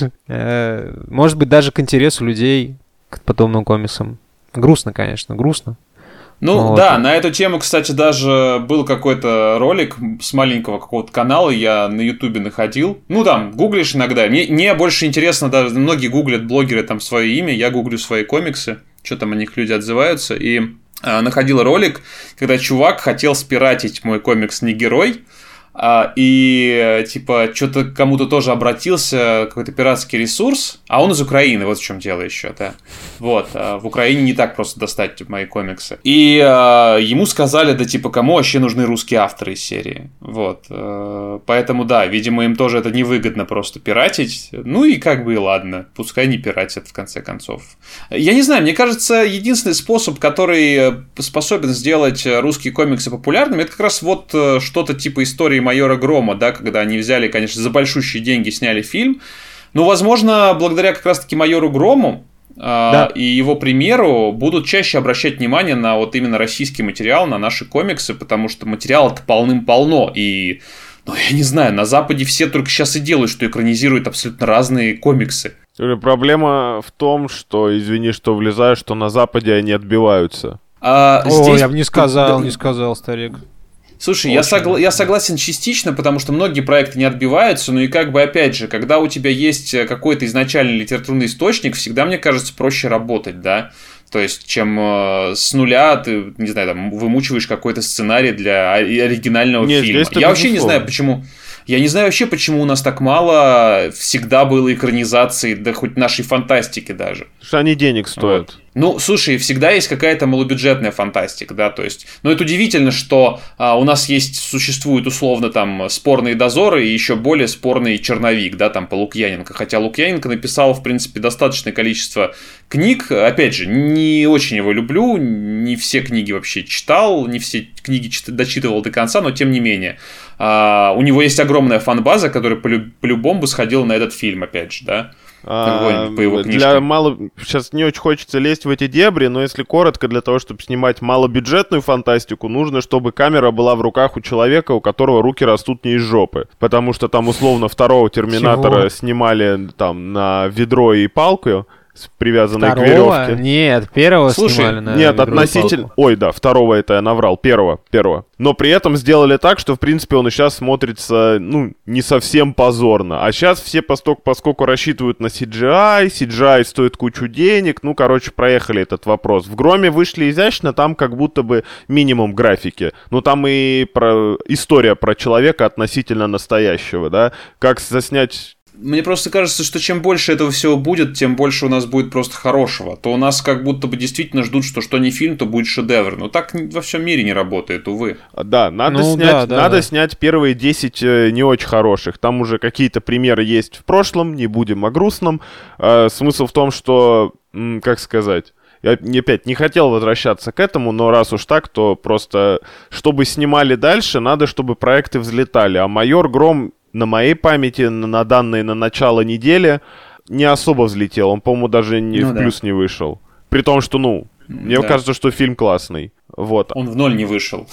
Может быть, даже к интересу людей к подобным комиксам. Грустно, конечно, грустно. Ну вот. Да, на эту тему, кстати, даже был какой-то ролик с маленького какого-то канала, я на Ютубе находил. Ну там, гуглишь иногда. Мне, мне больше интересно, даже многие гуглят блогеры там свое имя, я гуглю свои комиксы, что там о них люди отзываются. И э, находил ролик, когда чувак хотел спиратить мой комикс «Не герой», А, и, типа, что-то кому-то тоже обратился, какой-то пиратский ресурс, а он из Украины, вот в чем дело еще, да. Вот, а в Украине не так просто достать типа, мои комиксы. И а, ему сказали, да, типа, кому вообще нужны русские авторы из серии. Вот, а, поэтому, да, видимо, им тоже это невыгодно просто пиратить. Ну и как бы и ладно, пускай не пиратят в конце концов. Я не знаю, мне кажется, единственный способ, который способен сделать русские комиксы популярными, это как раз вот что-то типа истории майора Грома, да, когда они взяли, конечно, за большущие деньги сняли фильм. Но, возможно, благодаря как раз-таки майору Грому э, да. и его примеру будут чаще обращать внимание на вот именно российский материал, на наши комиксы, потому что материала-то полным-полно. И, ну, я не знаю, на Западе все только сейчас и делают, что экранизируют абсолютно разные комиксы. Проблема в том, что, извини, что влезаю, что на Западе они отбиваются. А, О, здесь... я бы не сказал, да... не сказал, старик. Слушай, я, согла- я согласен частично, потому что многие проекты не отбиваются, но и как бы опять же, когда у тебя есть какой-то изначальный литературный источник, всегда, мне кажется, проще работать, да? То есть, чем э, с нуля ты, не знаю, там, вымучиваешь какой-то сценарий для оригинального Нет, фильма. Я вообще не знаю, почему... Я не знаю вообще, почему у нас так мало всегда было экранизаций, да хоть нашей фантастики даже. Потому что они денег стоят. Вот. Ну, слушай, всегда есть какая-то малобюджетная фантастика, да, то есть... Но это удивительно, что а, у нас есть, существуют условно там спорные дозоры и еще более спорный черновик, да, там по Лукьяненко. Хотя Лукьяненко написал, в принципе, достаточное количество книг. Опять же, не очень его люблю, не все книги вообще читал, не все книги дочитывал до конца, но тем не менее. А, у него есть огромная фан-база, которая по-любому бы сходила на этот фильм, опять же, да. А, по его для мало... Сейчас не очень хочется лезть в эти дебри, но если коротко, для того, чтобы снимать малобюджетную фантастику, нужно, чтобы камера была в руках у человека, у которого руки растут не из жопы. Потому что там, условно, второго Терминатора Чего? снимали там на ведро и палку, привязанной второго? к веревке. Нет, первого Слушай, снимали на нет, относительно... Ой, да, второго это я наврал, первого, первого. Но при этом сделали так, что, в принципе, он и сейчас смотрится, ну, не совсем позорно. А сейчас все, поскольку, поскольку рассчитывают на си джи ай, си джи ай стоит кучу денег, ну, короче, проехали этот вопрос. В Громе вышли изящно, там как будто бы минимум графики. Ну, там и про... история про человека относительно настоящего, да, как заснять... Мне просто кажется, что чем больше этого всего будет, тем больше у нас будет просто хорошего. То у нас как будто бы действительно ждут, что что не фильм, то будет шедевр. Но так во всем мире не работает, увы. Да, надо, ну, снять, да, да, надо да. снять первые десять э, не очень хороших. Там уже какие-то примеры есть в прошлом, не будем о грустном. Э, смысл в том, что, м, как сказать... Я опять не хотел возвращаться к этому, но раз уж так, то просто, чтобы снимали дальше, надо, чтобы проекты взлетали. А «Майор Гром», на моей памяти, на данные на начало недели, не особо взлетел. Он, по-моему, даже не ну, в плюс да. не вышел. При том, что, ну, мне да. кажется, что фильм классный. Вот. Он в ноль не вышел.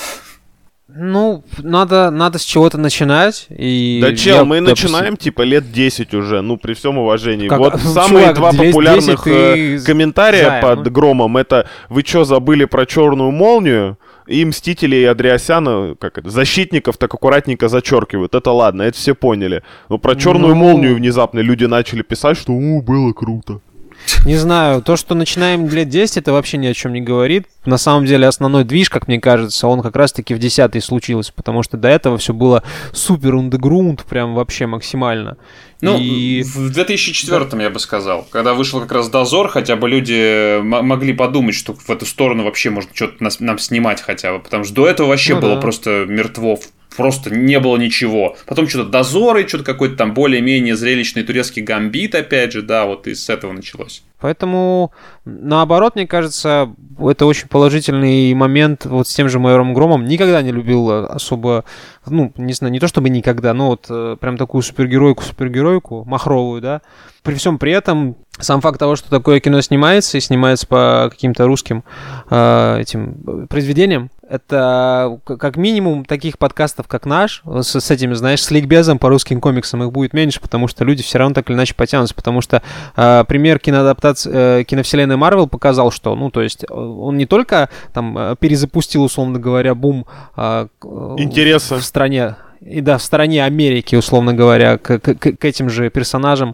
Ну, надо, надо с чего-то начинать. И да, чел, я, мы допустим... начинаем, типа, лет десять уже, ну, при всем уважении. Как... Вот Чувак, самые два популярных ты... комментария Займ, под ну... Громом, это «Вы чё, забыли про черную молнию?» И Мстители, и Андреасяна, как это, защитников так аккуратненько зачеркивают. Это ладно, это все поняли. Но про Черную ну... молнию внезапно люди начали писать, что «У, было круто». Не знаю, то, что начинаем лет десять, это вообще ни о чем не говорит. На самом деле основной движ, как мне кажется, он как раз-таки в десятый случился, потому что до этого все было супер underground, прям вообще максимально. Ну, и... в две тысячи четвёртом, да. я бы сказал, когда вышел как раз «Дозор», хотя бы люди м- могли подумать, что в эту сторону вообще можно что-то нас, нам снимать хотя бы, потому что до этого вообще ну, было да. просто мертво, просто не было ничего. Потом что-то «Дозоры», что-то какой-то там более-менее зрелищный турецкий «Гамбит», опять же, да, вот и с этого началось. Поэтому, наоборот, мне кажется, это очень положительный момент вот с тем же «Майором Громом». Никогда не любил особо, ну, не знаю, не то чтобы никогда, но вот прям такую супергеройку-супергеройку, махровую, да. При всем при этом, сам факт того, что такое кино снимается, и снимается по каким-то русским э, этим произведениям, это как минимум таких подкастов, как наш, с, с этими, знаешь, с ликбезом по русским комиксам их будет меньше, потому что люди все равно так или иначе потянутся, потому что э, пример киноадаптации, э, киновселенной Марвел показал, что, ну, то есть он не только там перезапустил, условно говоря, бум э, интереса в стране, и да, в стороне Америки, условно говоря, к, к, к этим же персонажам,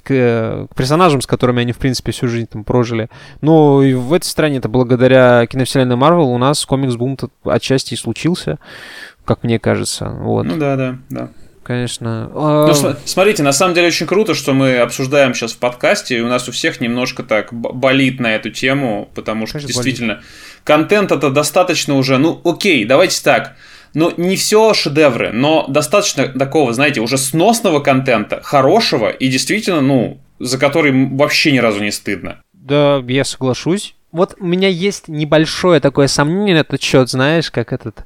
к, к персонажам, с которыми они, в принципе, всю жизнь там прожили. Но и в этой стране, это благодаря киновселенной Марвел, у нас комикс-бум отчасти и случился, как мне кажется. Вот. Ну да, да, да. Конечно. Ну, смотрите, на самом деле очень круто, что мы обсуждаем сейчас в подкасте, и у нас у всех немножко так болит на эту тему, потому что Конечно, действительно болит. Контента-то достаточно уже, ну окей, давайте так. Ну, не все шедевры, но достаточно такого, знаете, уже сносного контента, хорошего и действительно, ну, за который вообще ни разу не стыдно. Да, я соглашусь. Вот у меня есть небольшое такое сомнение на этот счет, знаешь, как этот...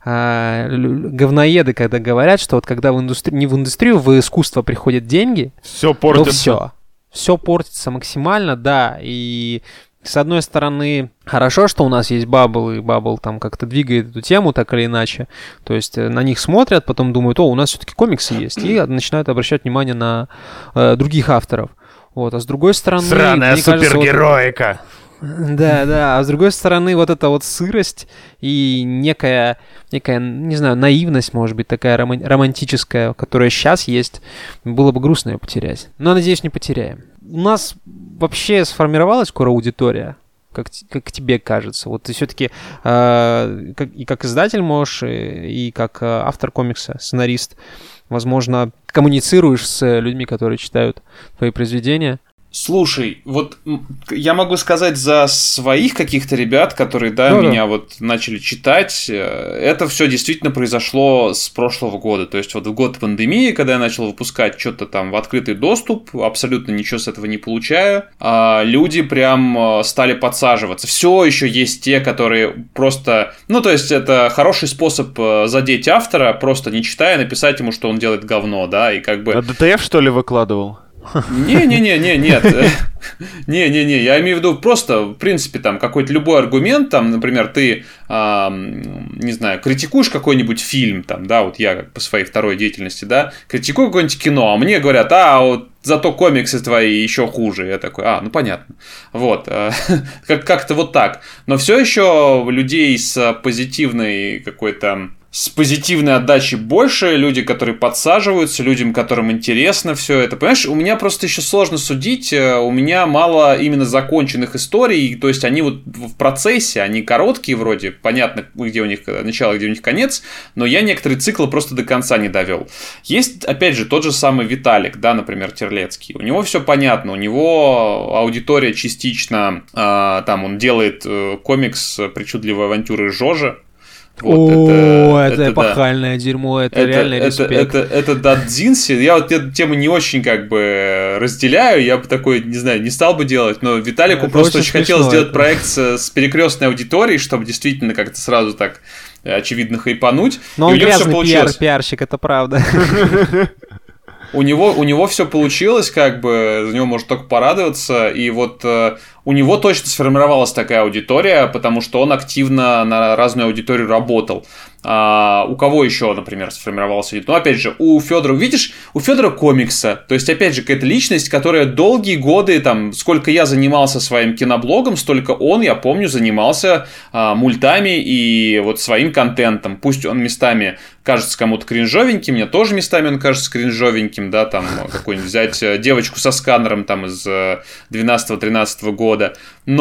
А, говноеды, когда говорят, что вот когда в индустрию, не в индустрию, в искусство приходят деньги, все портится. То все. Все портится максимально, да, и... С одной стороны, хорошо, что у нас есть Баббл, и Баббл там как-то двигает эту тему так или иначе. То есть на них смотрят, потом думают, о, у нас все-таки комиксы есть, и начинают обращать внимание на э, других авторов. Вот, а с другой стороны... Сраная супергероика! Вот, да, да, а с другой стороны, вот эта вот сырость и некая, некая, не знаю, наивность, может быть, такая роман- романтическая, которая сейчас есть, было бы грустно ее потерять. Но, надеюсь, не потеряем. У нас вообще сформировалась скоро аудитория, как, как тебе кажется? Вот ты все-таки э, как, и как издатель можешь, и, и как э, автор комикса, сценарист, возможно, коммуницируешь с людьми, которые читают твои произведения. Слушай, вот я могу сказать за своих каких-то ребят, которые, да, ну, меня да. вот начали читать, это все действительно произошло с прошлого года. То есть вот в год пандемии, когда я начал выпускать что-то там в открытый доступ, абсолютно ничего с этого не получая, люди прям стали подсаживаться. Все еще есть те, которые просто... Ну, то есть это хороший способ задеть автора, просто не читая, написать ему, что он делает говно, да, и как бы... А ди ти эф, что ли, выкладывал? Не-не-не-не, нет. Не-не-не, я имею в виду просто, в принципе, там какой-то любой аргумент, там, например, ты, э, не знаю, критикуешь какой-нибудь фильм, там, да, вот я как по своей второй деятельности, да, критикую какое-нибудь кино, а мне говорят, а, вот зато комиксы твои еще хуже. Я такой, а, ну понятно. Вот, как- как-то вот так. Но все еще людей с позитивной какой-то... с позитивной отдачей больше, люди, которые подсаживаются, людям, которым интересно все это. Понимаешь, у меня просто еще сложно судить, у меня мало именно законченных историй, то есть они вот в процессе, они короткие вроде, понятно, где у них начало, где у них конец, но я некоторые циклы просто до конца не довел. Есть, опять же, тот же самый Виталик, да, например, Терлецкий. У него все понятно, у него аудитория частично, э, там он делает э, комикс «Причудливые авантюры Жожи». Вот, О, это, это, это эпохальное да. дерьмо, это, это реально это, респект. Это, это, это дадзинси, я вот эту тему не очень как бы разделяю, я бы такой, не знаю, не стал бы делать, но Виталику это просто очень, очень хотелось сделать это. проект с, с перекрестной аудиторией, чтобы действительно как-то сразу так очевидно хайпануть. Но он грязный пиар, пиарщик, это правда. У него, у него все получилось, как бы, за него можно только порадоваться, и вот э, у него точно сформировалась такая аудитория, потому что он активно на разную аудиторию работал. А у кого еще, например, сформировался аудитория? Ну, опять же, у Федора, видишь, у Федора комикса. То есть, опять же, какая-то личность, которая долгие годы, там, сколько я занимался своим киноблогом, столько он, я помню, занимался а, мультами и вот своим контентом. Пусть он местами кажется кому-то кринжовеньким, мне тоже местами он кажется кринжовеньким, да, там, какой-нибудь взять девочку со сканером, там, из двенадцатого-тринадцатого года.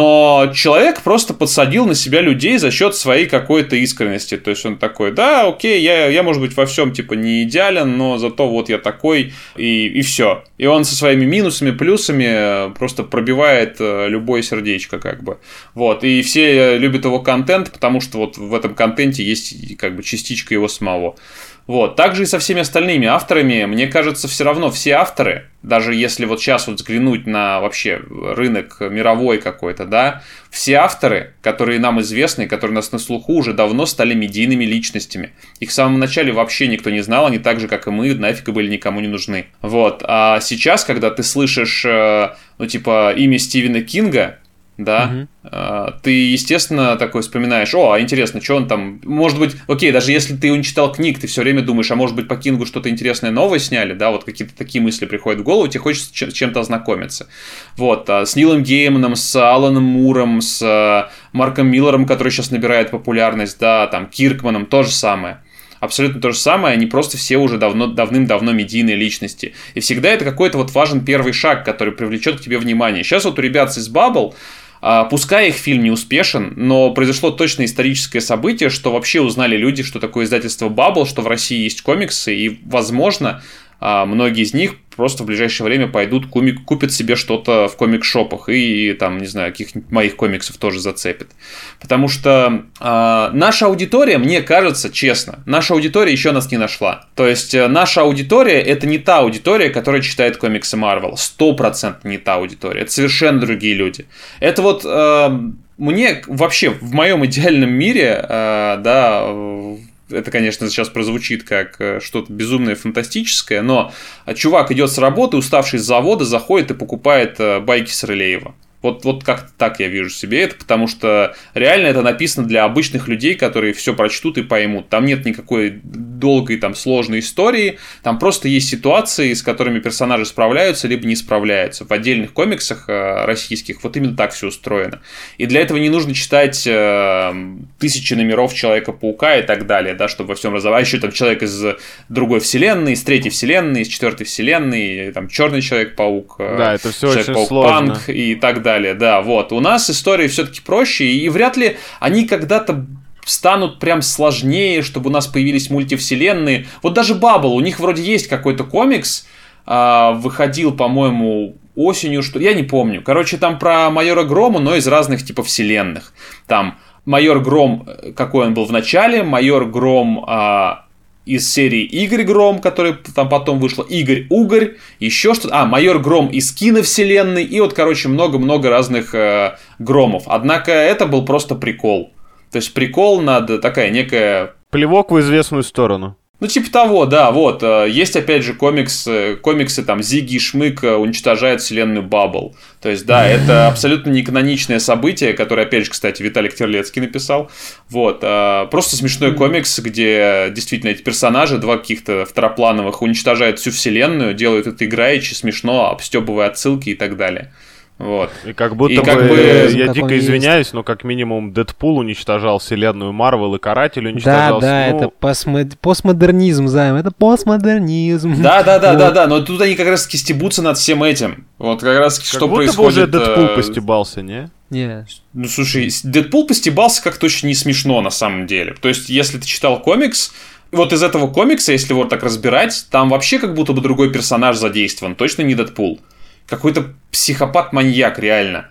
Но человек просто подсадил на себя людей за счет своей какой-то искренности. То есть он такой, да, окей, я, я может быть, во всем типа не идеален, но зато вот я такой, и, и все. И он со своими минусами, плюсами просто пробивает любое сердечко, как бы. Вот. И все любят его контент, потому что вот в этом контенте есть как бы частичка его самого. Вот. Также и со всеми остальными авторами, мне кажется, все равно все авторы, даже если вот сейчас вот взглянуть на вообще рынок мировой какой-то, да, все авторы, которые нам известны, которые у нас на слуху, уже давно стали медийными личностями. Их в самом начале вообще никто не знал, они так же, как и мы, нафиг были никому не нужны. Вот. А сейчас, когда ты слышишь, ну, типа, имя Стивена Кинга, да, uh-huh. ты, естественно, такой вспоминаешь, о, а интересно, что он там, может быть, окей, даже если ты не читал книг, ты все время думаешь, а может быть, по Кингу что-то интересное новое сняли, да, вот какие-то такие мысли приходят в голову, тебе хочется с чем-то ознакомиться. Вот, с Нилом Гейманом, с Аланом Муром, с Марком Миллером, который сейчас набирает популярность, да, там, Киркманом, то же самое. Абсолютно то же самое, они просто все уже давно, давным-давно медийные личности. И всегда это какой-то вот важен первый шаг, который привлечет к тебе внимание. Сейчас вот у ребят из Bubble, пускай их фильм не успешен, но произошло точно историческое событие, что вообще узнали люди, что такое издательство Bubble, что в России есть комиксы, и, возможно, многие из них просто в ближайшее время пойдут, купят себе что-то в комик-шопах и, там, не знаю, каких-нибудь моих комиксов тоже зацепят. Потому что э, наша аудитория, мне кажется, честно, наша аудитория еще нас не нашла. То есть, э, наша аудитория — это не та аудитория, которая читает комиксы Marvel. Сто процентов не та аудитория. Это совершенно другие люди. Это вот... Э, мне вообще в моем идеальном мире, э, да... Это, конечно, сейчас прозвучит как что-то безумное, фантастическое, но чувак идет с работы, уставший с завода, заходит и покупает байки Срылеева. Вот, вот как-то так я вижу себе это, потому что реально это написано для обычных людей, которые все прочтут и поймут. Там нет никакой долгой, там, сложной истории, там просто есть ситуации, с которыми персонажи справляются, либо не справляются. В отдельных комиксах э, российских вот именно так все устроено. И для этого не нужно читать э, тысячи номеров Человека-паука и так далее, да, чтобы во всем разобраться. А еще там человек из другой вселенной, из третьей вселенной, из четвертой вселенной, там Черный Человек-паук, э, да, это все очень сложно. Человек-паук-панк и так далее. Далее, да, вот. У нас истории все-таки проще, и вряд ли они когда-то станут прям сложнее, чтобы у нас появились мультивселенные. Вот даже Bubble, у них вроде есть какой-то комикс, а, выходил, по-моему, осенью, что я не помню. Короче, там про Майора Грома, но из разных типа вселенных. Там Майор Гром, какой он был в начале, Майор Гром... А, из серии Игорь Гром, который там потом вышло, Игорь Угорь, еще что-то. А, Майор Гром из киновселенной. И вот, короче, много-много разных э, Громов. Однако это был просто прикол. То есть прикол над такая некая... Плевок в известную сторону. Ну, типа того, да, вот. Есть, опять же, комикс, комиксы, там, Зигги и Шмык уничтожают вселенную Bubble. То есть, да, это абсолютно неканоничное событие, которое, опять же, кстати, Виталик Терлецкий написал. Вот. Просто смешной комикс, где действительно эти персонажи, два каких-то второплановых, уничтожают всю вселенную, делают это играючи, смешно, обстебывая отсылки и так далее. Вот. И как будто и бы, как бы, я как дико извиняюсь, есть. Но как минимум Дэдпул уничтожал вселенную Марвел, и Каратель уничтожал... Да, да, ну... это постмод... постмодернизм, Займ, это постмодернизм. Да, да, да, вот. да, да, но тут они как раз-таки стебутся над всем этим. Вот как раз-таки как что будто происходит... Бы уже Дэдпул постебался, не? Не. Ну, слушай, Дэдпул постебался как-то очень не смешно на самом деле. То есть, если ты читал комикс, вот из этого комикса, если его так разбирать, там вообще как будто бы другой персонаж задействован, точно не Дэдпул. Какой-то психопат-маньяк, реально.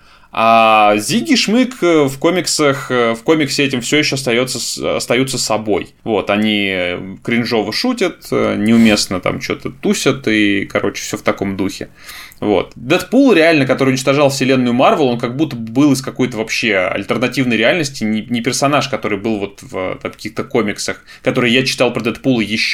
А Зигги и Шмык в комиксах, в комиксе этим все еще остается, остаются собой. Вот, они кринжово шутят, неуместно там что-то тусят, и, короче, все в таком духе. Вот. Дэдпул, реально, который уничтожал вселенную Марвел, он как будто был из какой-то вообще альтернативной реальности, не, не персонаж, который был вот в там, каких-то комиксах, которые я читал про Дэдпула еще.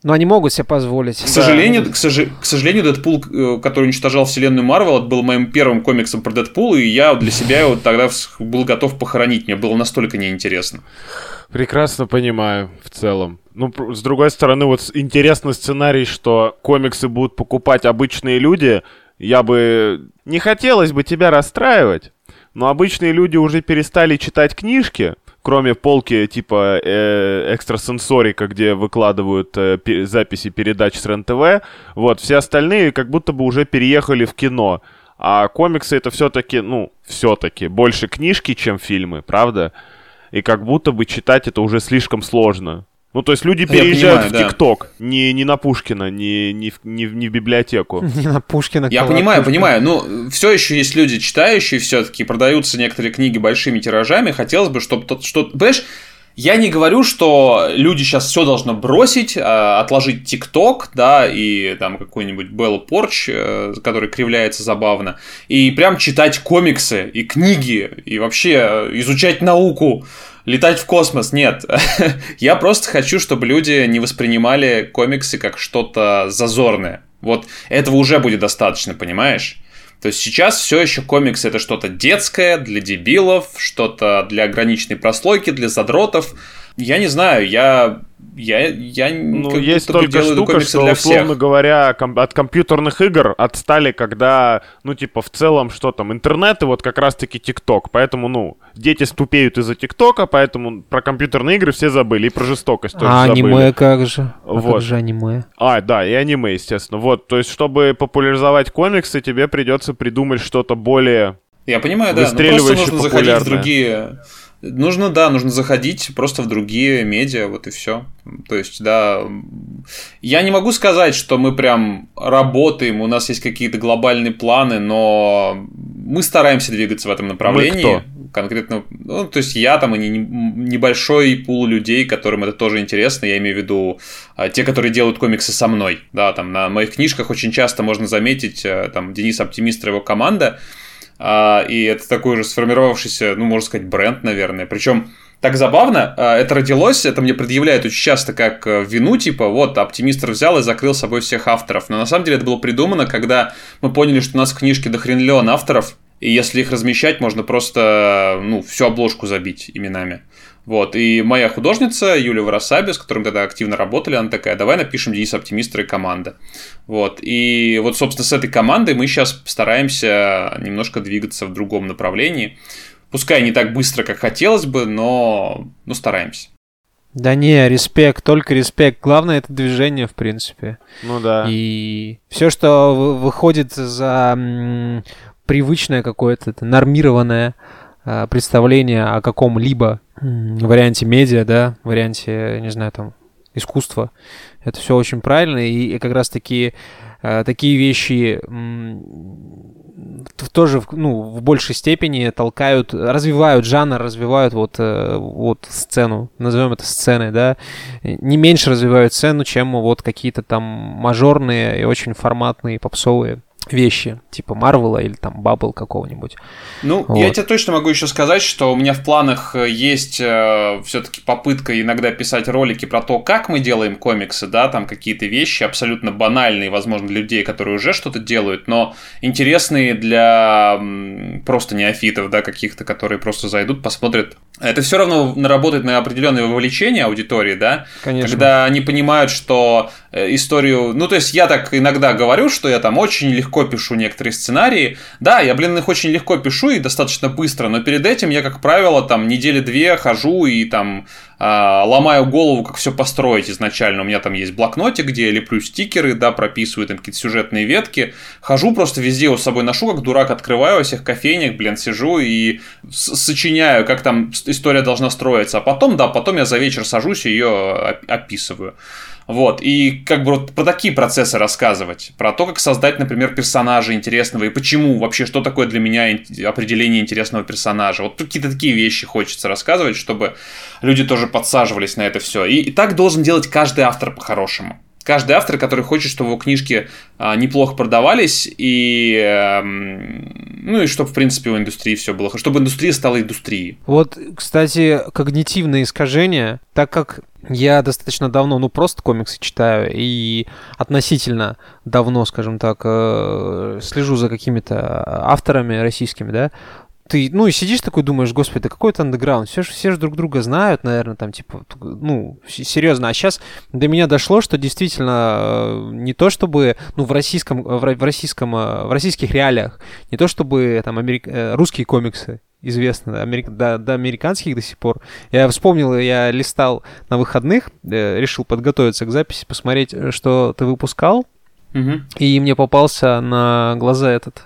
Но они могут себе позволить. К сожалению, да. к, сож... к сожалению, Дэдпул, который уничтожал вселенную Марвел, это был моим первым комиксом про Дэдпула, и я для себя его тогда был готов похоронить. Мне было настолько неинтересно. Прекрасно понимаю в целом. Ну, с другой стороны, вот интересный сценарий, что комиксы будут покупать обычные люди. Я бы... Не хотелось бы тебя расстраивать, но обычные люди уже перестали читать книжки, кроме полки типа э, экстрасенсорика, где выкладывают э, пе- записи передач с РЕН-ТВ. Вот, все остальные как будто бы уже переехали в кино. А комиксы это все-таки, ну, все-таки больше книжки, чем фильмы, правда? И как будто бы читать это уже слишком сложно. Ну, то есть люди переезжают понимаю, в ТикТок, да. не, не на Пушкина, не, не, в, не, не в библиотеку. Не на Пушкина. Я понимаю, понимаю. Ну, все еще есть люди читающие, все-таки продаются некоторые книги большими тиражами. Хотелось бы, чтобы тот, что... Понимаешь, я не говорю, что люди сейчас все должны бросить, отложить ТикТок, да, и там какой-нибудь Белла Порч, который кривляется забавно, и прям читать комиксы и книги, и вообще изучать науку. Летать в космос, нет. Я просто хочу, чтобы люди не воспринимали комиксы как что-то зазорное. Вот этого уже будет достаточно, понимаешь? То есть сейчас все еще комиксы это что-то детское, для дебилов, что-то для ограниченной прослойки, для задротов. Я не знаю, я... Я, я ну, есть только штука, что, для условно всех. говоря, ком- от компьютерных игр отстали, когда, ну, типа, в целом, что там, интернет и вот как раз-таки ТикТок. Поэтому, ну, дети ступеют из-за ТикТока, поэтому про компьютерные игры все забыли, и про жестокость тоже а забыли. А аниме как же? А вот. как же аниме? А, да, и аниме, естественно. Вот, то есть, чтобы популяризовать комиксы, тебе придется придумать что-то более Я понимаю, да, но просто нужно заходить в другие... Нужно, да, нужно заходить просто в другие медиа, вот и все. То есть, да, я не могу сказать, что мы прям работаем, у нас есть какие-то глобальные планы, но мы стараемся двигаться в этом направлении. Мы кто? Конкретно, ну, то есть я там и не, небольшой пул людей, которым это тоже интересно, я имею в виду те, которые делают комиксы со мной. Да, там на моих книжках очень часто можно заметить, там, Денис Оптимистр и его команда. Uh, и это такой уже сформировавшийся, ну, можно сказать, бренд, наверное. Причем так забавно, uh, это родилось, это мне предъявляют очень часто как uh, вину, типа, вот, Оптимистр взял и закрыл собой всех авторов. Но на самом деле это было придумано, когда мы поняли, что у нас в книжке дохренлён авторов, и если их размещать, можно просто, ну, всю обложку забить именами. Вот, и моя художница Юлия Варасаби, с которой мы тогда активно работали, она такая, давай напишем Дениса Оптимистра и команда. Вот, и вот, собственно, с этой командой мы сейчас стараемся немножко двигаться в другом направлении. Пускай не так быстро, как хотелось бы, но, но стараемся. Да не, респект, только респект. Главное это движение, в принципе. Ну да. И все, что выходит за м, привычное какое-то, нормированное э, представление о каком-либо варианте медиа, да, варианте, не знаю, там, искусства. Это все очень правильно, и, и как раз-таки э, такие вещи м, тоже, ну, в большей степени толкают, развивают жанр, развивают вот, э, вот сцену, назовем это сценой, да, не меньше развивают сцену, чем вот какие-то там мажорные и очень форматные попсовые вещи, типа Марвела или там Баббл какого-нибудь. Ну, вот. Я тебе точно могу еще сказать, что у меня в планах есть э, все-таки попытка иногда писать ролики про то, как мы делаем комиксы, да, там какие-то вещи абсолютно банальные, возможно, для людей, которые уже что-то делают, но интересные для м, просто неофитов, да, каких-то, которые просто зайдут, посмотрят. Это все равно работает на определенное вовлечение аудитории, да, конечно. Когда они понимают, что э, историю... Ну, то есть я так иногда говорю, что я там очень легко пишу некоторые сценарии. Да, я, блин, их очень легко пишу и достаточно быстро, но перед этим я, как правило, там недели две хожу и там э, ломаю голову, как все построить изначально. У меня там есть блокнотик, где я леплю стикеры, да, прописываю там какие-то сюжетные ветки. Хожу просто везде его с собой ношу, как дурак, открываю во всех кофейнях, блин, сижу и сочиняю, как там история должна строиться. А потом, да, потом я за вечер сажусь и ее описываю. Вот, и как бы вот про такие процессы рассказывать, про то, как создать, например, персонажа интересного, и почему вообще, что такое для меня определение интересного персонажа. Вот какие-то такие вещи хочется рассказывать, чтобы люди тоже подсаживались на это все. И, и так должен делать каждый автор по-хорошему. Каждый автор, который хочет, чтобы его книжки а, неплохо продавались, и, а, ну, и чтобы, в принципе, у индустрии все было, чтобы индустрия стала индустрией. Вот, кстати, когнитивные искажения, так как Я достаточно давно, ну, просто комиксы читаю, и относительно давно, скажем так, слежу за какими-то авторами российскими, да. Ты, ну, и сидишь такой, думаешь, господи, да какой-то андеграунд, все, все же друг друга знают, наверное, там, типа, ну, серьезно. А сейчас до меня дошло, что действительно не то чтобы, ну, в российском, в российском, в российских реалиях, не то чтобы, там, америк... русские комиксы известны, да, америк... до, до американских до сих пор. Я вспомнил, я листал на выходных, решил подготовиться к записи, посмотреть, что ты выпускал, угу. И мне попался на глаза этот...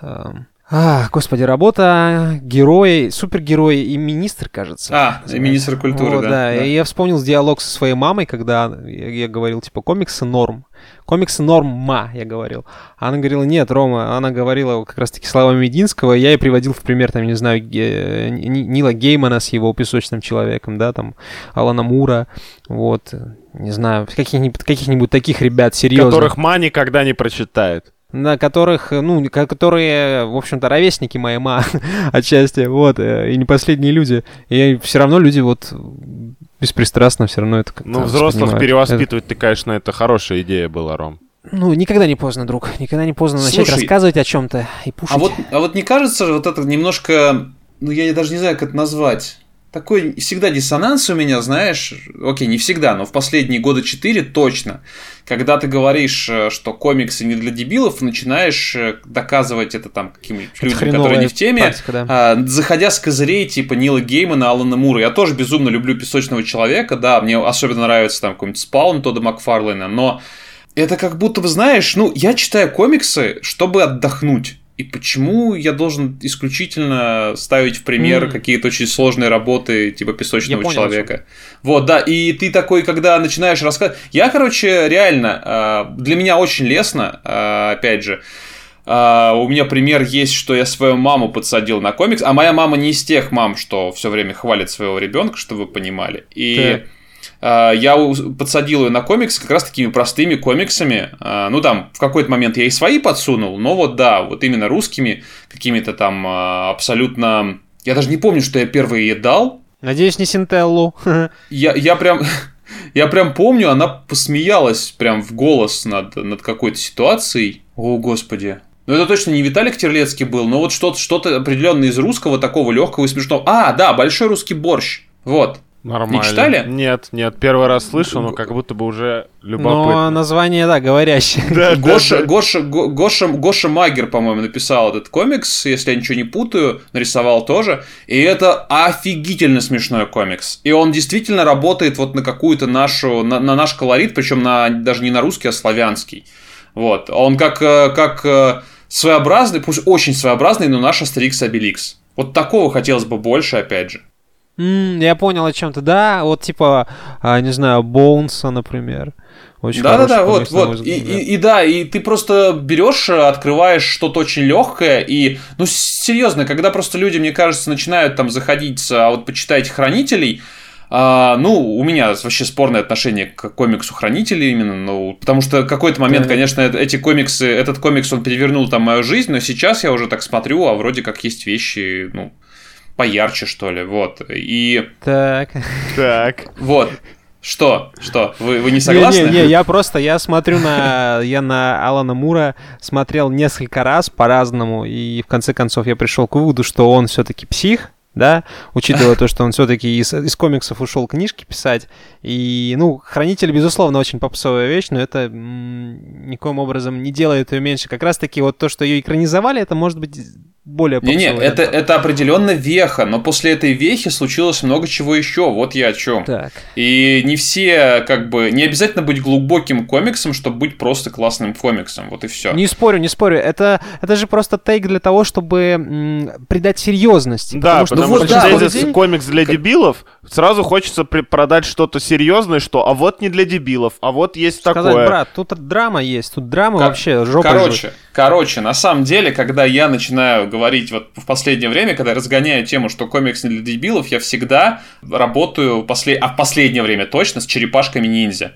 А, господи, работа, герой, супергерой и министр, кажется. А, и министр культуры, вот, да, да. да. И я вспомнил диалог со своей мамой, когда я, я говорил, типа, комиксы норм. Комиксы норма, я говорил. А она говорила, нет, Рома, она говорила как раз-таки словами Мединского, я ей приводил в пример, там, не знаю, Ге... Нила Геймана с его «Песочным человеком», да, там, Алана Мура, вот, не знаю, каких-нибудь, каких-нибудь таких ребят серьезных. Которых ма никогда не прочитает. На которых, ну, которые, в общем-то, ровесники моей ма отчасти, вот, и не последние люди. И все равно люди вот беспристрастно все равно это как-то Ну, взрослых перевоспитывать, это... ты, конечно, это хорошая идея была, Ром. Ну, никогда не поздно, друг, никогда не поздно начать Слушай, рассказывать о чем-то и пушить. А вот, а вот не кажется, вот это немножко, ну, я даже не знаю, как это назвать... Такой всегда диссонанс у меня, знаешь, окей, не всегда, но в последние года четыре точно, когда ты говоришь, что комиксы не для дебилов, начинаешь доказывать это там каким-нибудь людям, которые не в теме, практика, да. а, заходя с козырей типа Нила Геймана, Алана Мура. Я тоже безумно люблю «Песочного человека», да, мне особенно нравится там какой-нибудь «Спаун» Тодда Макфарлейна, но это как будто бы, знаешь, ну, я читаю комиксы, чтобы отдохнуть. И почему я должен исключительно ставить в пример mm. какие-то очень сложные работы, типа «Песочного понял, человека»? Что. Вот, да, и ты такой, когда начинаешь рассказывать... Я, короче, реально, для меня очень лестно, опять же, у меня пример есть, что я свою маму подсадил на комикс, а моя мама не из тех мам, что все время хвалит своего ребенка, чтобы вы понимали. И... Так. Я подсадил ее на комиксы как раз такими простыми комиксами. Ну, там, в какой-то момент я и свои подсунул, но вот, да, вот именно русскими, какими-то там абсолютно... Я даже не помню, что я первый ей дал. Надеюсь, не Синтеллу. Я, я прям... Я прям помню, она посмеялась прям в голос над, над какой-то ситуацией. О, господи. Ну, это точно не Виталик Терлецкий был, но вот что-то, что-то определенное из русского, такого легкого и смешного. А, да, «Большой русский борщ». Вот. Нормально. Не читали? Нет, нет, первый раз слышу, но как будто бы уже любопытно. Но название, да, говорящее. Да, Гоша, да, да. Гоша, Гоша, Гоша Магер, по-моему, написал этот комикс, если я ничего не путаю, нарисовал тоже. И это офигительно смешной комикс. И он действительно работает вот на какую-то нашу, на, на наш колорит, причем на, даже не на русский, а славянский. Вот. Он как, как своеобразный, пусть очень своеобразный, но наш Астерикс и Обеликс. Вот такого хотелось бы больше, опять же. Mm, я понял о чем-то, да, вот типа, а, не знаю, Боунса, например. Очень да, да, да, вот, вот. И, и, и да, и ты просто берешь, открываешь что-то очень легкое, и, ну, серьезно, когда просто люди, мне кажется, начинают там заходить, а вот почитайте «Хранителей», а, ну, у меня вообще спорное отношение к комиксу «Хранители» именно, ну, потому что в какой-то момент, да. конечно, эти комиксы, этот комикс, он перевернул там мою жизнь, но сейчас я уже так смотрю, а вроде как есть вещи, ну, поярче, что ли, вот, и... Так. Так. Вот. Что? Что? Вы, вы не согласны? Не-не-не, я просто, я смотрю на... Я на Алана Мура смотрел несколько раз по-разному, и в конце концов я пришел к выводу, что он все-таки псих, да, учитывая то, что он все-таки из, из комиксов ушел книжки писать. И, ну, «Хранитель», безусловно, очень попсовая вещь, но это м- никоим образом не делает ее меньше. Как раз-таки вот то, что ее экранизовали, это может быть более попсовая. Не-не, это, это определенно веха, но после этой вехи случилось много чего еще, вот я о чем. Так. И не все, как бы, не обязательно быть глубоким комиксом, чтобы быть просто классным комиксом, вот и все. Не спорю, не спорю, это, это же просто тейк для того, чтобы м- придать серьезности. Да, потому что, потому ну, что да, здесь день... комикс для дебилов, сразу хочется при- продать что-то серьезное, что а вот не для дебилов, а вот есть Сказать, такое. брат, тут драма есть, тут драма Кор- вообще жопа. Короче, живет. короче, на самом деле, когда я начинаю говорить вот в последнее время, когда я разгоняю тему, что комикс не для дебилов, я всегда работаю, после... а в последнее время точно, с черепашками ниндзя.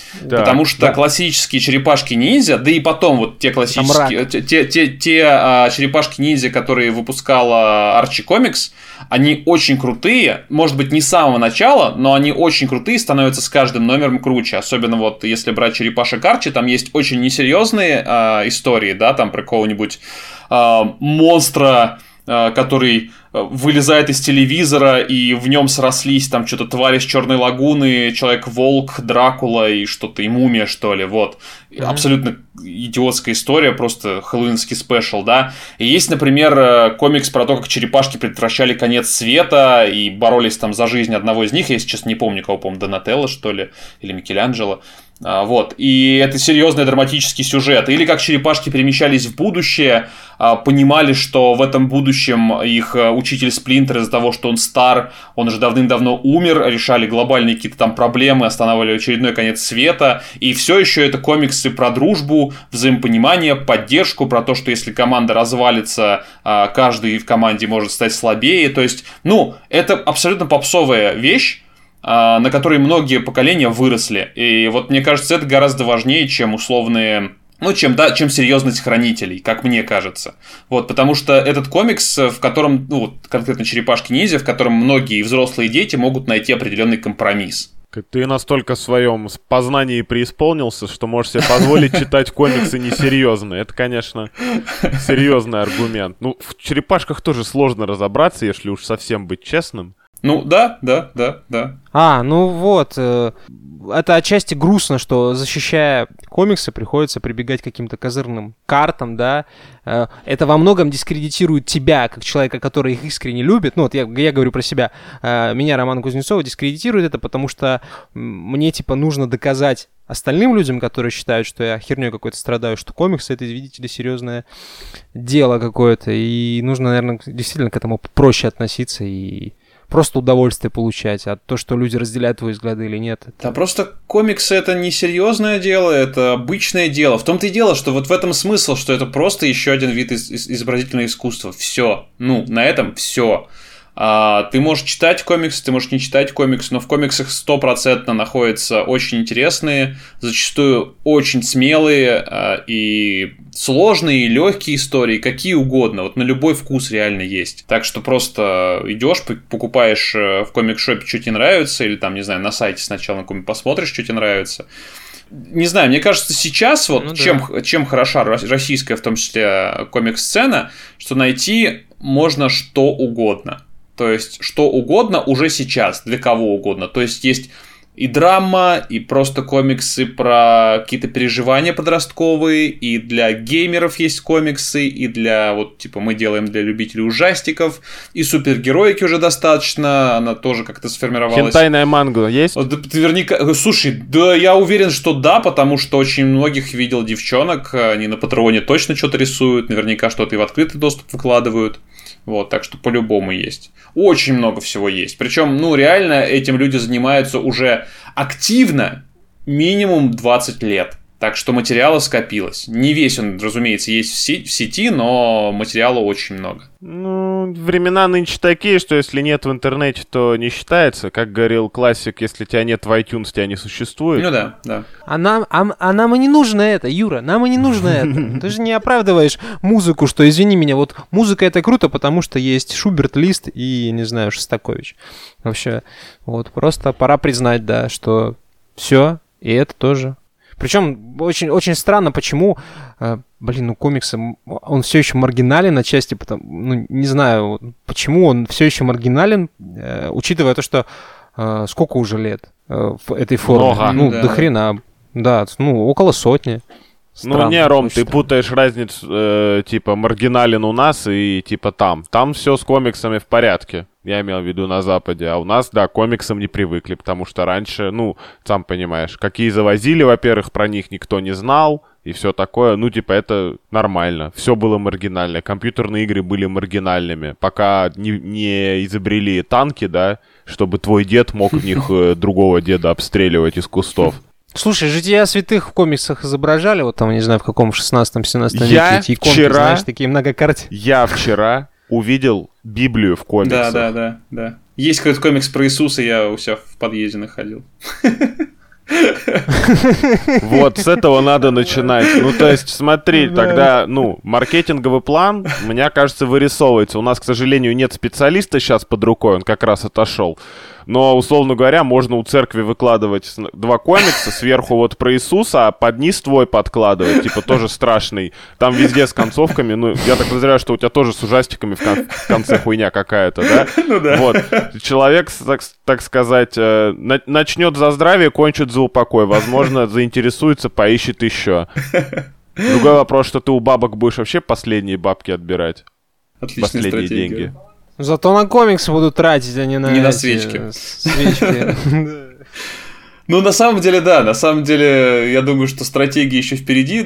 Да, потому что да. классические черепашки-ниндзя, да и потом вот те классические, те, те, те, те а, черепашки-ниндзя, которые выпускала Archie Comics, они очень крутые, может быть, не с самого начала, но они очень крутые, становятся с каждым номером круче. Особенно вот если брать черепашек Арчи, там есть очень несерьезные а, истории, да, там про какого-нибудь а, монстра, а, который вылезает из телевизора, и в нем срослись там что-то твари с Черной лагуны, Человек-волк, Дракула и что-то, и Мумия, что ли, вот. Mm-hmm. Абсолютно идиотская история, просто хэллоуинский спешл, да. И есть, например, комикс про то, как черепашки предотвращали конец света и боролись там за жизнь одного из них, я сейчас не помню, кого помню, Донателло, что ли, или Микеланджело. А, вот. И это серьезный драматический сюжет. Или как черепашки перемещались в будущее, а, понимали, что в этом будущем их учитель Сплинтер из-за того, что он стар, он уже давным-давно умер, решали глобальные какие-то там проблемы, останавливали очередной конец света. И все еще это комиксы про дружбу, взаимопонимание, поддержку, про то, что если команда развалится, а, каждый в команде может стать слабее. То есть, ну, это абсолютно попсовая вещь, на которые многие поколения выросли. И вот мне кажется, это гораздо важнее, чем условные... Ну, чем, да, чем серьезность хранителей, как мне кажется. Вот, потому что этот комикс, в котором, ну, конкретно Черепашки-ниндзя, в котором многие взрослые дети могут найти определенный компромисс. Ты настолько в своем познании преисполнился, что можешь себе позволить читать комиксы несерьезные. Это, конечно, серьезный аргумент. Ну, в черепашках тоже сложно разобраться, если уж совсем быть честным. Ну, да, да, да, да. А, ну вот, э, это отчасти грустно, что, защищая комиксы, приходится прибегать к каким-то козырным картам, да. Э, это во многом дискредитирует тебя, как человека, который их искренне любит. Ну, вот я, я говорю про себя. Э, меня, Роман Кузнецов, дискредитирует это, потому что мне, типа, нужно доказать остальным людям, которые считают, что я херней какой-то страдаю, что комиксы — это, видите ли, серьезное дело какое-то, и нужно, наверное, действительно к этому проще относиться и... просто удовольствие получать, а то, что люди разделяют твои взгляды или нет. Это... Да просто комиксы — это не серьезное дело, это обычное дело. В том-то и дело, что вот в этом смысл, что это просто еще один вид из- из- изобразительного искусства. Все. Ну, на этом все. А, ты можешь читать комиксы, ты можешь не читать комиксы, но в комиксах стопроцентно находятся очень интересные, зачастую очень смелые а, и сложные, и легкие истории, какие угодно. Вот на любой вкус реально есть. Так что просто идешь, покупаешь в комик-шопе, что тебе нравится, или там, не знаю, на сайте сначала на каком-нибудь посмотришь, что тебе нравится. Не знаю, мне кажется, сейчас вот ну, чем, да. чем хороша российская, в том числе, комик-сцена, что найти можно что угодно. То есть, что угодно уже сейчас, для кого угодно. То есть, есть и драма, и просто комиксы про какие-то переживания подростковые, и для геймеров есть комиксы, и для, вот, типа, мы делаем для любителей ужастиков, и супергероики уже достаточно, она тоже как-то сформировалась. Хентайная манга есть? Наверняка, слушай, да, я уверен, что да, потому что очень многих видел девчонок, они на Патреоне точно что-то рисуют, наверняка что-то и в открытый доступ выкладывают. Вот, так что по-любому есть. Очень много всего есть. Причем, ну, реально этим люди занимаются уже активно минимум двадцать лет. Так что материала скопилось. Не весь он, разумеется, есть в сети, но материала очень много. Ну, времена нынче такие, что если нет в интернете, то не считается. Как говорил классик, если тебя нет в iTunes, тебя не существует. Ну да, да. А нам, а, а нам и не нужно это, Юра, нам и не нужно это. Ты же не оправдываешь музыку, что, извини меня, вот музыка — это круто, потому что есть Шуберт, Лист и, не знаю, Шостакович. Вообще, вот просто пора признать, да, что все, и это тоже. Причем очень, очень странно, почему, э, блин, ну комиксы, он все еще маргинален отчасти, потому, ну не знаю, почему он все еще маргинален, э, учитывая то, что э, сколько уже лет э, в этой форме. Много. Ну, да. до хрена, да, ну, около сотни. Странно, ну не, Ром, ты путаешь разницу, э, типа, маргинален у нас и типа там. Там все с комиксами в порядке. Я имел в виду на Западе. А у нас, да, к комиксам не привыкли, потому что раньше, ну, сам понимаешь, какие завозили, во-первых, про них никто не знал, и все такое. Ну, типа, это нормально. Все было маргинально. Компьютерные игры были маргинальными. Пока не, не изобрели танки, да, чтобы твой дед мог в них другого деда обстреливать из кустов. Слушай, «Жития святых» в комиксах изображали, вот там, не знаю, в каком шестнадцатом-семнадцатом веке эти иконки, вчера, знаешь, такие многокартины. Я вчера увидел Библию в комиксах. Да, да, да, да. Есть какой-то комикс про Иисуса, я у себя в подъезде находил. Вот, с этого надо начинать. Ну, то есть, смотри, тогда, ну, маркетинговый план, мне кажется, вырисовывается. У нас, к сожалению, нет специалиста сейчас под рукой, он как раз отошел. Но, условно говоря, можно у церкви выкладывать два комикса, сверху вот про Иисуса, а под низ твой подкладывать, типа тоже страшный. Там везде с концовками, ну, я так подозреваю, что у тебя тоже с ужастиками в, кон- в конце хуйня какая-то, да? Ну да. Вот. Человек, так, так сказать, э, на- начнет за здравие, кончит за упокой. Возможно, заинтересуется, поищет еще. Другой вопрос, что ты у бабок будешь вообще последние бабки отбирать. Отличная последние стратегия. деньги. Зато на комиксы буду тратить, а не на... Не на эти, свечки. Свечки. Ну, на самом деле, да, на самом деле, я думаю, что стратегии еще впереди,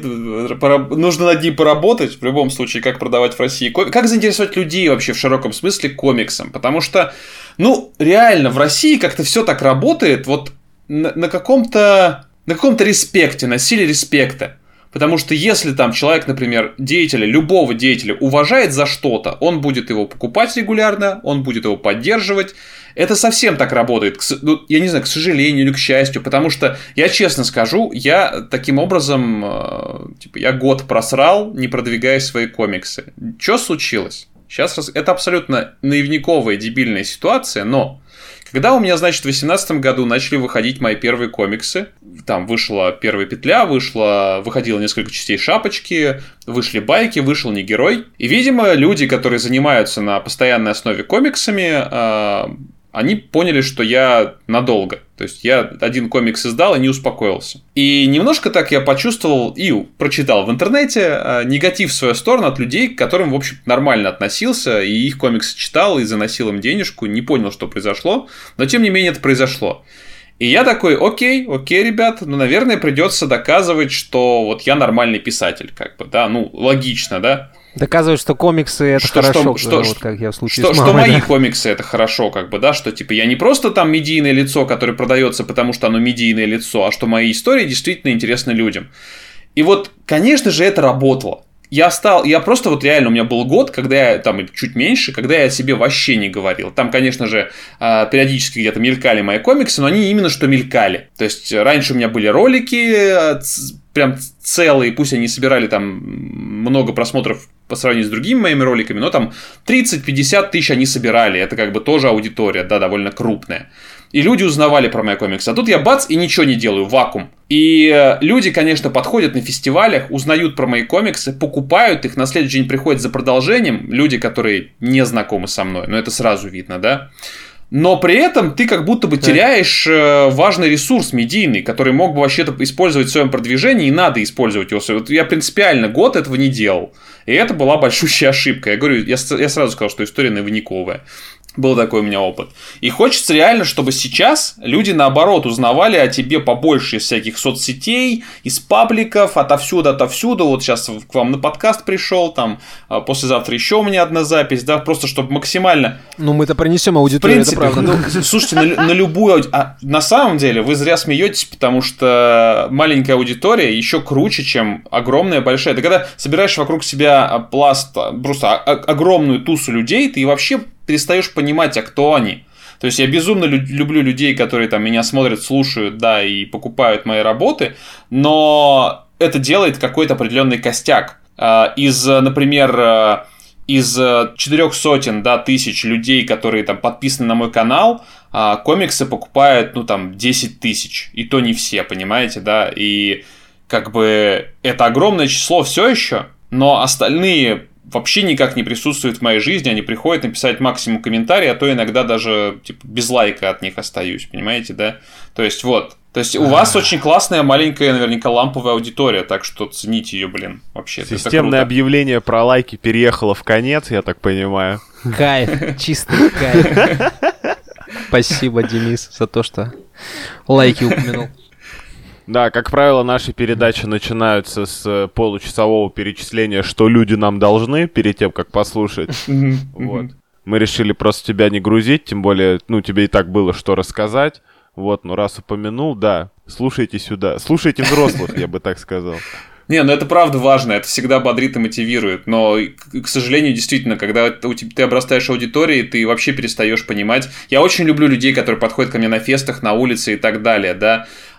нужно над ней поработать, в любом случае, как продавать в России комиксы, как заинтересовать людей вообще в широком смысле комиксом, потому что, ну, реально, в России как-то все так работает, вот на, на каком-то, на каком-то респекте, на силе респекта. Потому что если там человек, например, деятеля, любого деятеля уважает за что-то, он будет его покупать регулярно, он будет его поддерживать. Это совсем так работает, ну, я не знаю, к сожалению или к счастью, потому что, я честно скажу, я таким образом, э, типа, я год просрал, не продвигая свои комиксы. Что случилось? Сейчас это абсолютно наивниковая, дебильная ситуация, но... Когда у меня, значит, в две тысячи восемнадцатом году начали выходить мои первые комиксы, там вышла первая петля, вышла, выходило несколько частей Шапочки, вышли байки, вышел Не герой. И, видимо, люди, которые занимаются на постоянной основе комиксами, э, они поняли, что я надолго. То есть я один комикс издал и не успокоился. И немножко так я почувствовал и прочитал в интернете э, негатив в свою сторону от людей, к которым, в общем, нормально относился, и их комиксы читал, и заносил им денежку, не понял, что произошло, но тем не менее это произошло. И я такой, окей, окей, ребят, ну, наверное, придется доказывать, что вот я нормальный писатель, как бы, да, ну, логично, да. Доказывать, что комиксы это что, хорошо, что, вот что, как я в случае что, с мамой. Что мои комиксы это хорошо, как бы, да, что типа я не просто там медийное лицо, которое продается, потому что оно медийное лицо, а что мои истории действительно интересны людям. И вот, конечно же, это работало. Я стал, я просто вот реально, у меня был год, когда я, там чуть меньше, когда я о себе вообще не говорил. Там, конечно же, периодически где-то мелькали мои комиксы, но они именно что мелькали. То есть, раньше у меня были ролики, прям целые, пусть они собирали там много просмотров по сравнению с другими моими роликами, но там тридцать-пятьдесят тысяч они собирали, это как бы тоже аудитория, да, довольно крупная. И люди узнавали про мои комиксы. А тут я бац и ничего не делаю, вакуум. И люди, конечно, подходят на фестивалях, узнают про мои комиксы, покупают их, на следующий день приходят за продолжением. Люди, которые не знакомы со мной, но это сразу видно, да. Но при этом ты как будто бы теряешь важный ресурс медийный, который мог бы вообще-то использовать в своем продвижении, и надо использовать его. Вот я принципиально год этого не делал. И это была большущая ошибка. Я говорю, я, я сразу сказал, что история наивниковая. Был такой у меня опыт. И хочется реально, чтобы сейчас люди, наоборот, узнавали о тебе побольше из всяких соцсетей, из пабликов, отовсюду, отовсюду. Вот сейчас к вам на подкаст пришел, там, послезавтра еще у меня одна запись, да, просто чтобы максимально... Ну, мы-то принесем аудиторию, принципе, это правда. Ну, слушайте, на, на любую... А на самом деле вы зря смеетесь, потому что маленькая аудитория еще круче, чем огромная большая. Ты когда собираешь вокруг себя пласт, просто огромную тусу людей, ты вообще... перестаешь понимать, а кто они. То есть я безумно лю- люблю людей, которые там меня смотрят, слушают, да, и покупают мои работы, но это делает какой-то определенный костяк. Из, например, из четырех сотен, да, тысяч людей, которые там подписаны на мой канал, комиксы покупают, ну, там, десять тысяч. И то не все, понимаете, да. И как бы это огромное число все еще, но остальные... вообще никак не присутствуют в моей жизни, они приходят написать максимум комментарий, а то иногда даже типа, без лайка от них остаюсь, понимаете, да? То есть вот, то есть у вас очень классная маленькая, наверняка, ламповая аудитория, так что цените ее, блин, вообще. Системное объявление про лайки переехало в конец, я так понимаю. Кайф, чистый кайф. Спасибо, Денис, за то, что лайки упомянул. Да, как правило, наши передачи начинаются с получасового перечисления, что люди нам должны, перед тем, как послушать. Mm-hmm. Вот. Мы решили просто тебя не грузить, тем более, ну, тебе и так было что рассказать. Вот, ну, раз упомянул, да, слушайте сюда. Слушайте взрослых, я бы так сказал. Не, ну это правда важно, это всегда бодрит и мотивирует, но, к сожалению, действительно, когда ты обрастаешь аудиторией, ты вообще перестаешь понимать. Я очень люблю людей, которые подходят ко мне на фестах, на улице и так далее, да,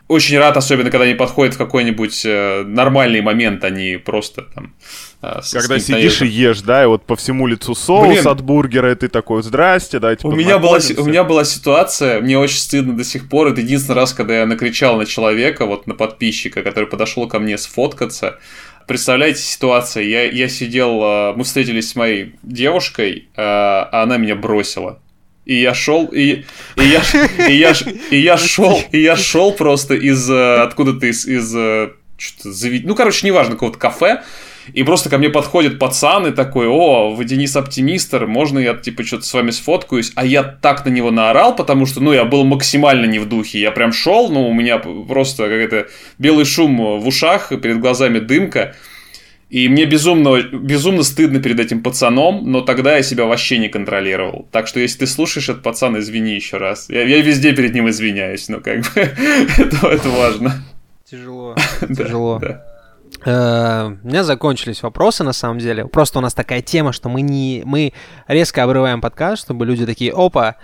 очень рад, особенно когда они подходят в какой-нибудь э, нормальный момент, они просто там... Э, когда сидишь наездом. И ешь, да, и вот по всему лицу соус Блин. От бургера, и ты такой, здрасте, давайте у меня, была, у меня была ситуация, мне очень стыдно до сих пор, это единственный раз, когда я накричал на человека, вот на подписчика, который подошел ко мне сфоткаться. Представляете ситуацию, я, я сидел, мы встретились с моей девушкой, а она меня бросила. И я шел, и, и я, и я, и я шел, и я шел просто из откуда-то из, из что-то завед... ну короче, неважно, какого-то кафе, и просто ко мне подходит пацан и такой: о, вы Денис Оптимистр, можно я типа что-то с вами сфоткаюсь? А я так на него наорал, потому что, ну, я был максимально не в духе, я прям шел, ну, у меня просто какой-то белый шум в ушах, перед глазами дымка. И мне безумно, безумно стыдно перед этим пацаном, но тогда я себя вообще не контролировал. Так что, если ты слушаешь этот пацан, извини еще раз. Я, я везде перед ним извиняюсь, но как бы это, это важно. Тяжело, тяжело. Да, да. У меня закончились вопросы, на самом деле. Просто у нас такая тема, что мы, не, мы резко обрываем подкаст, чтобы люди такие: опа,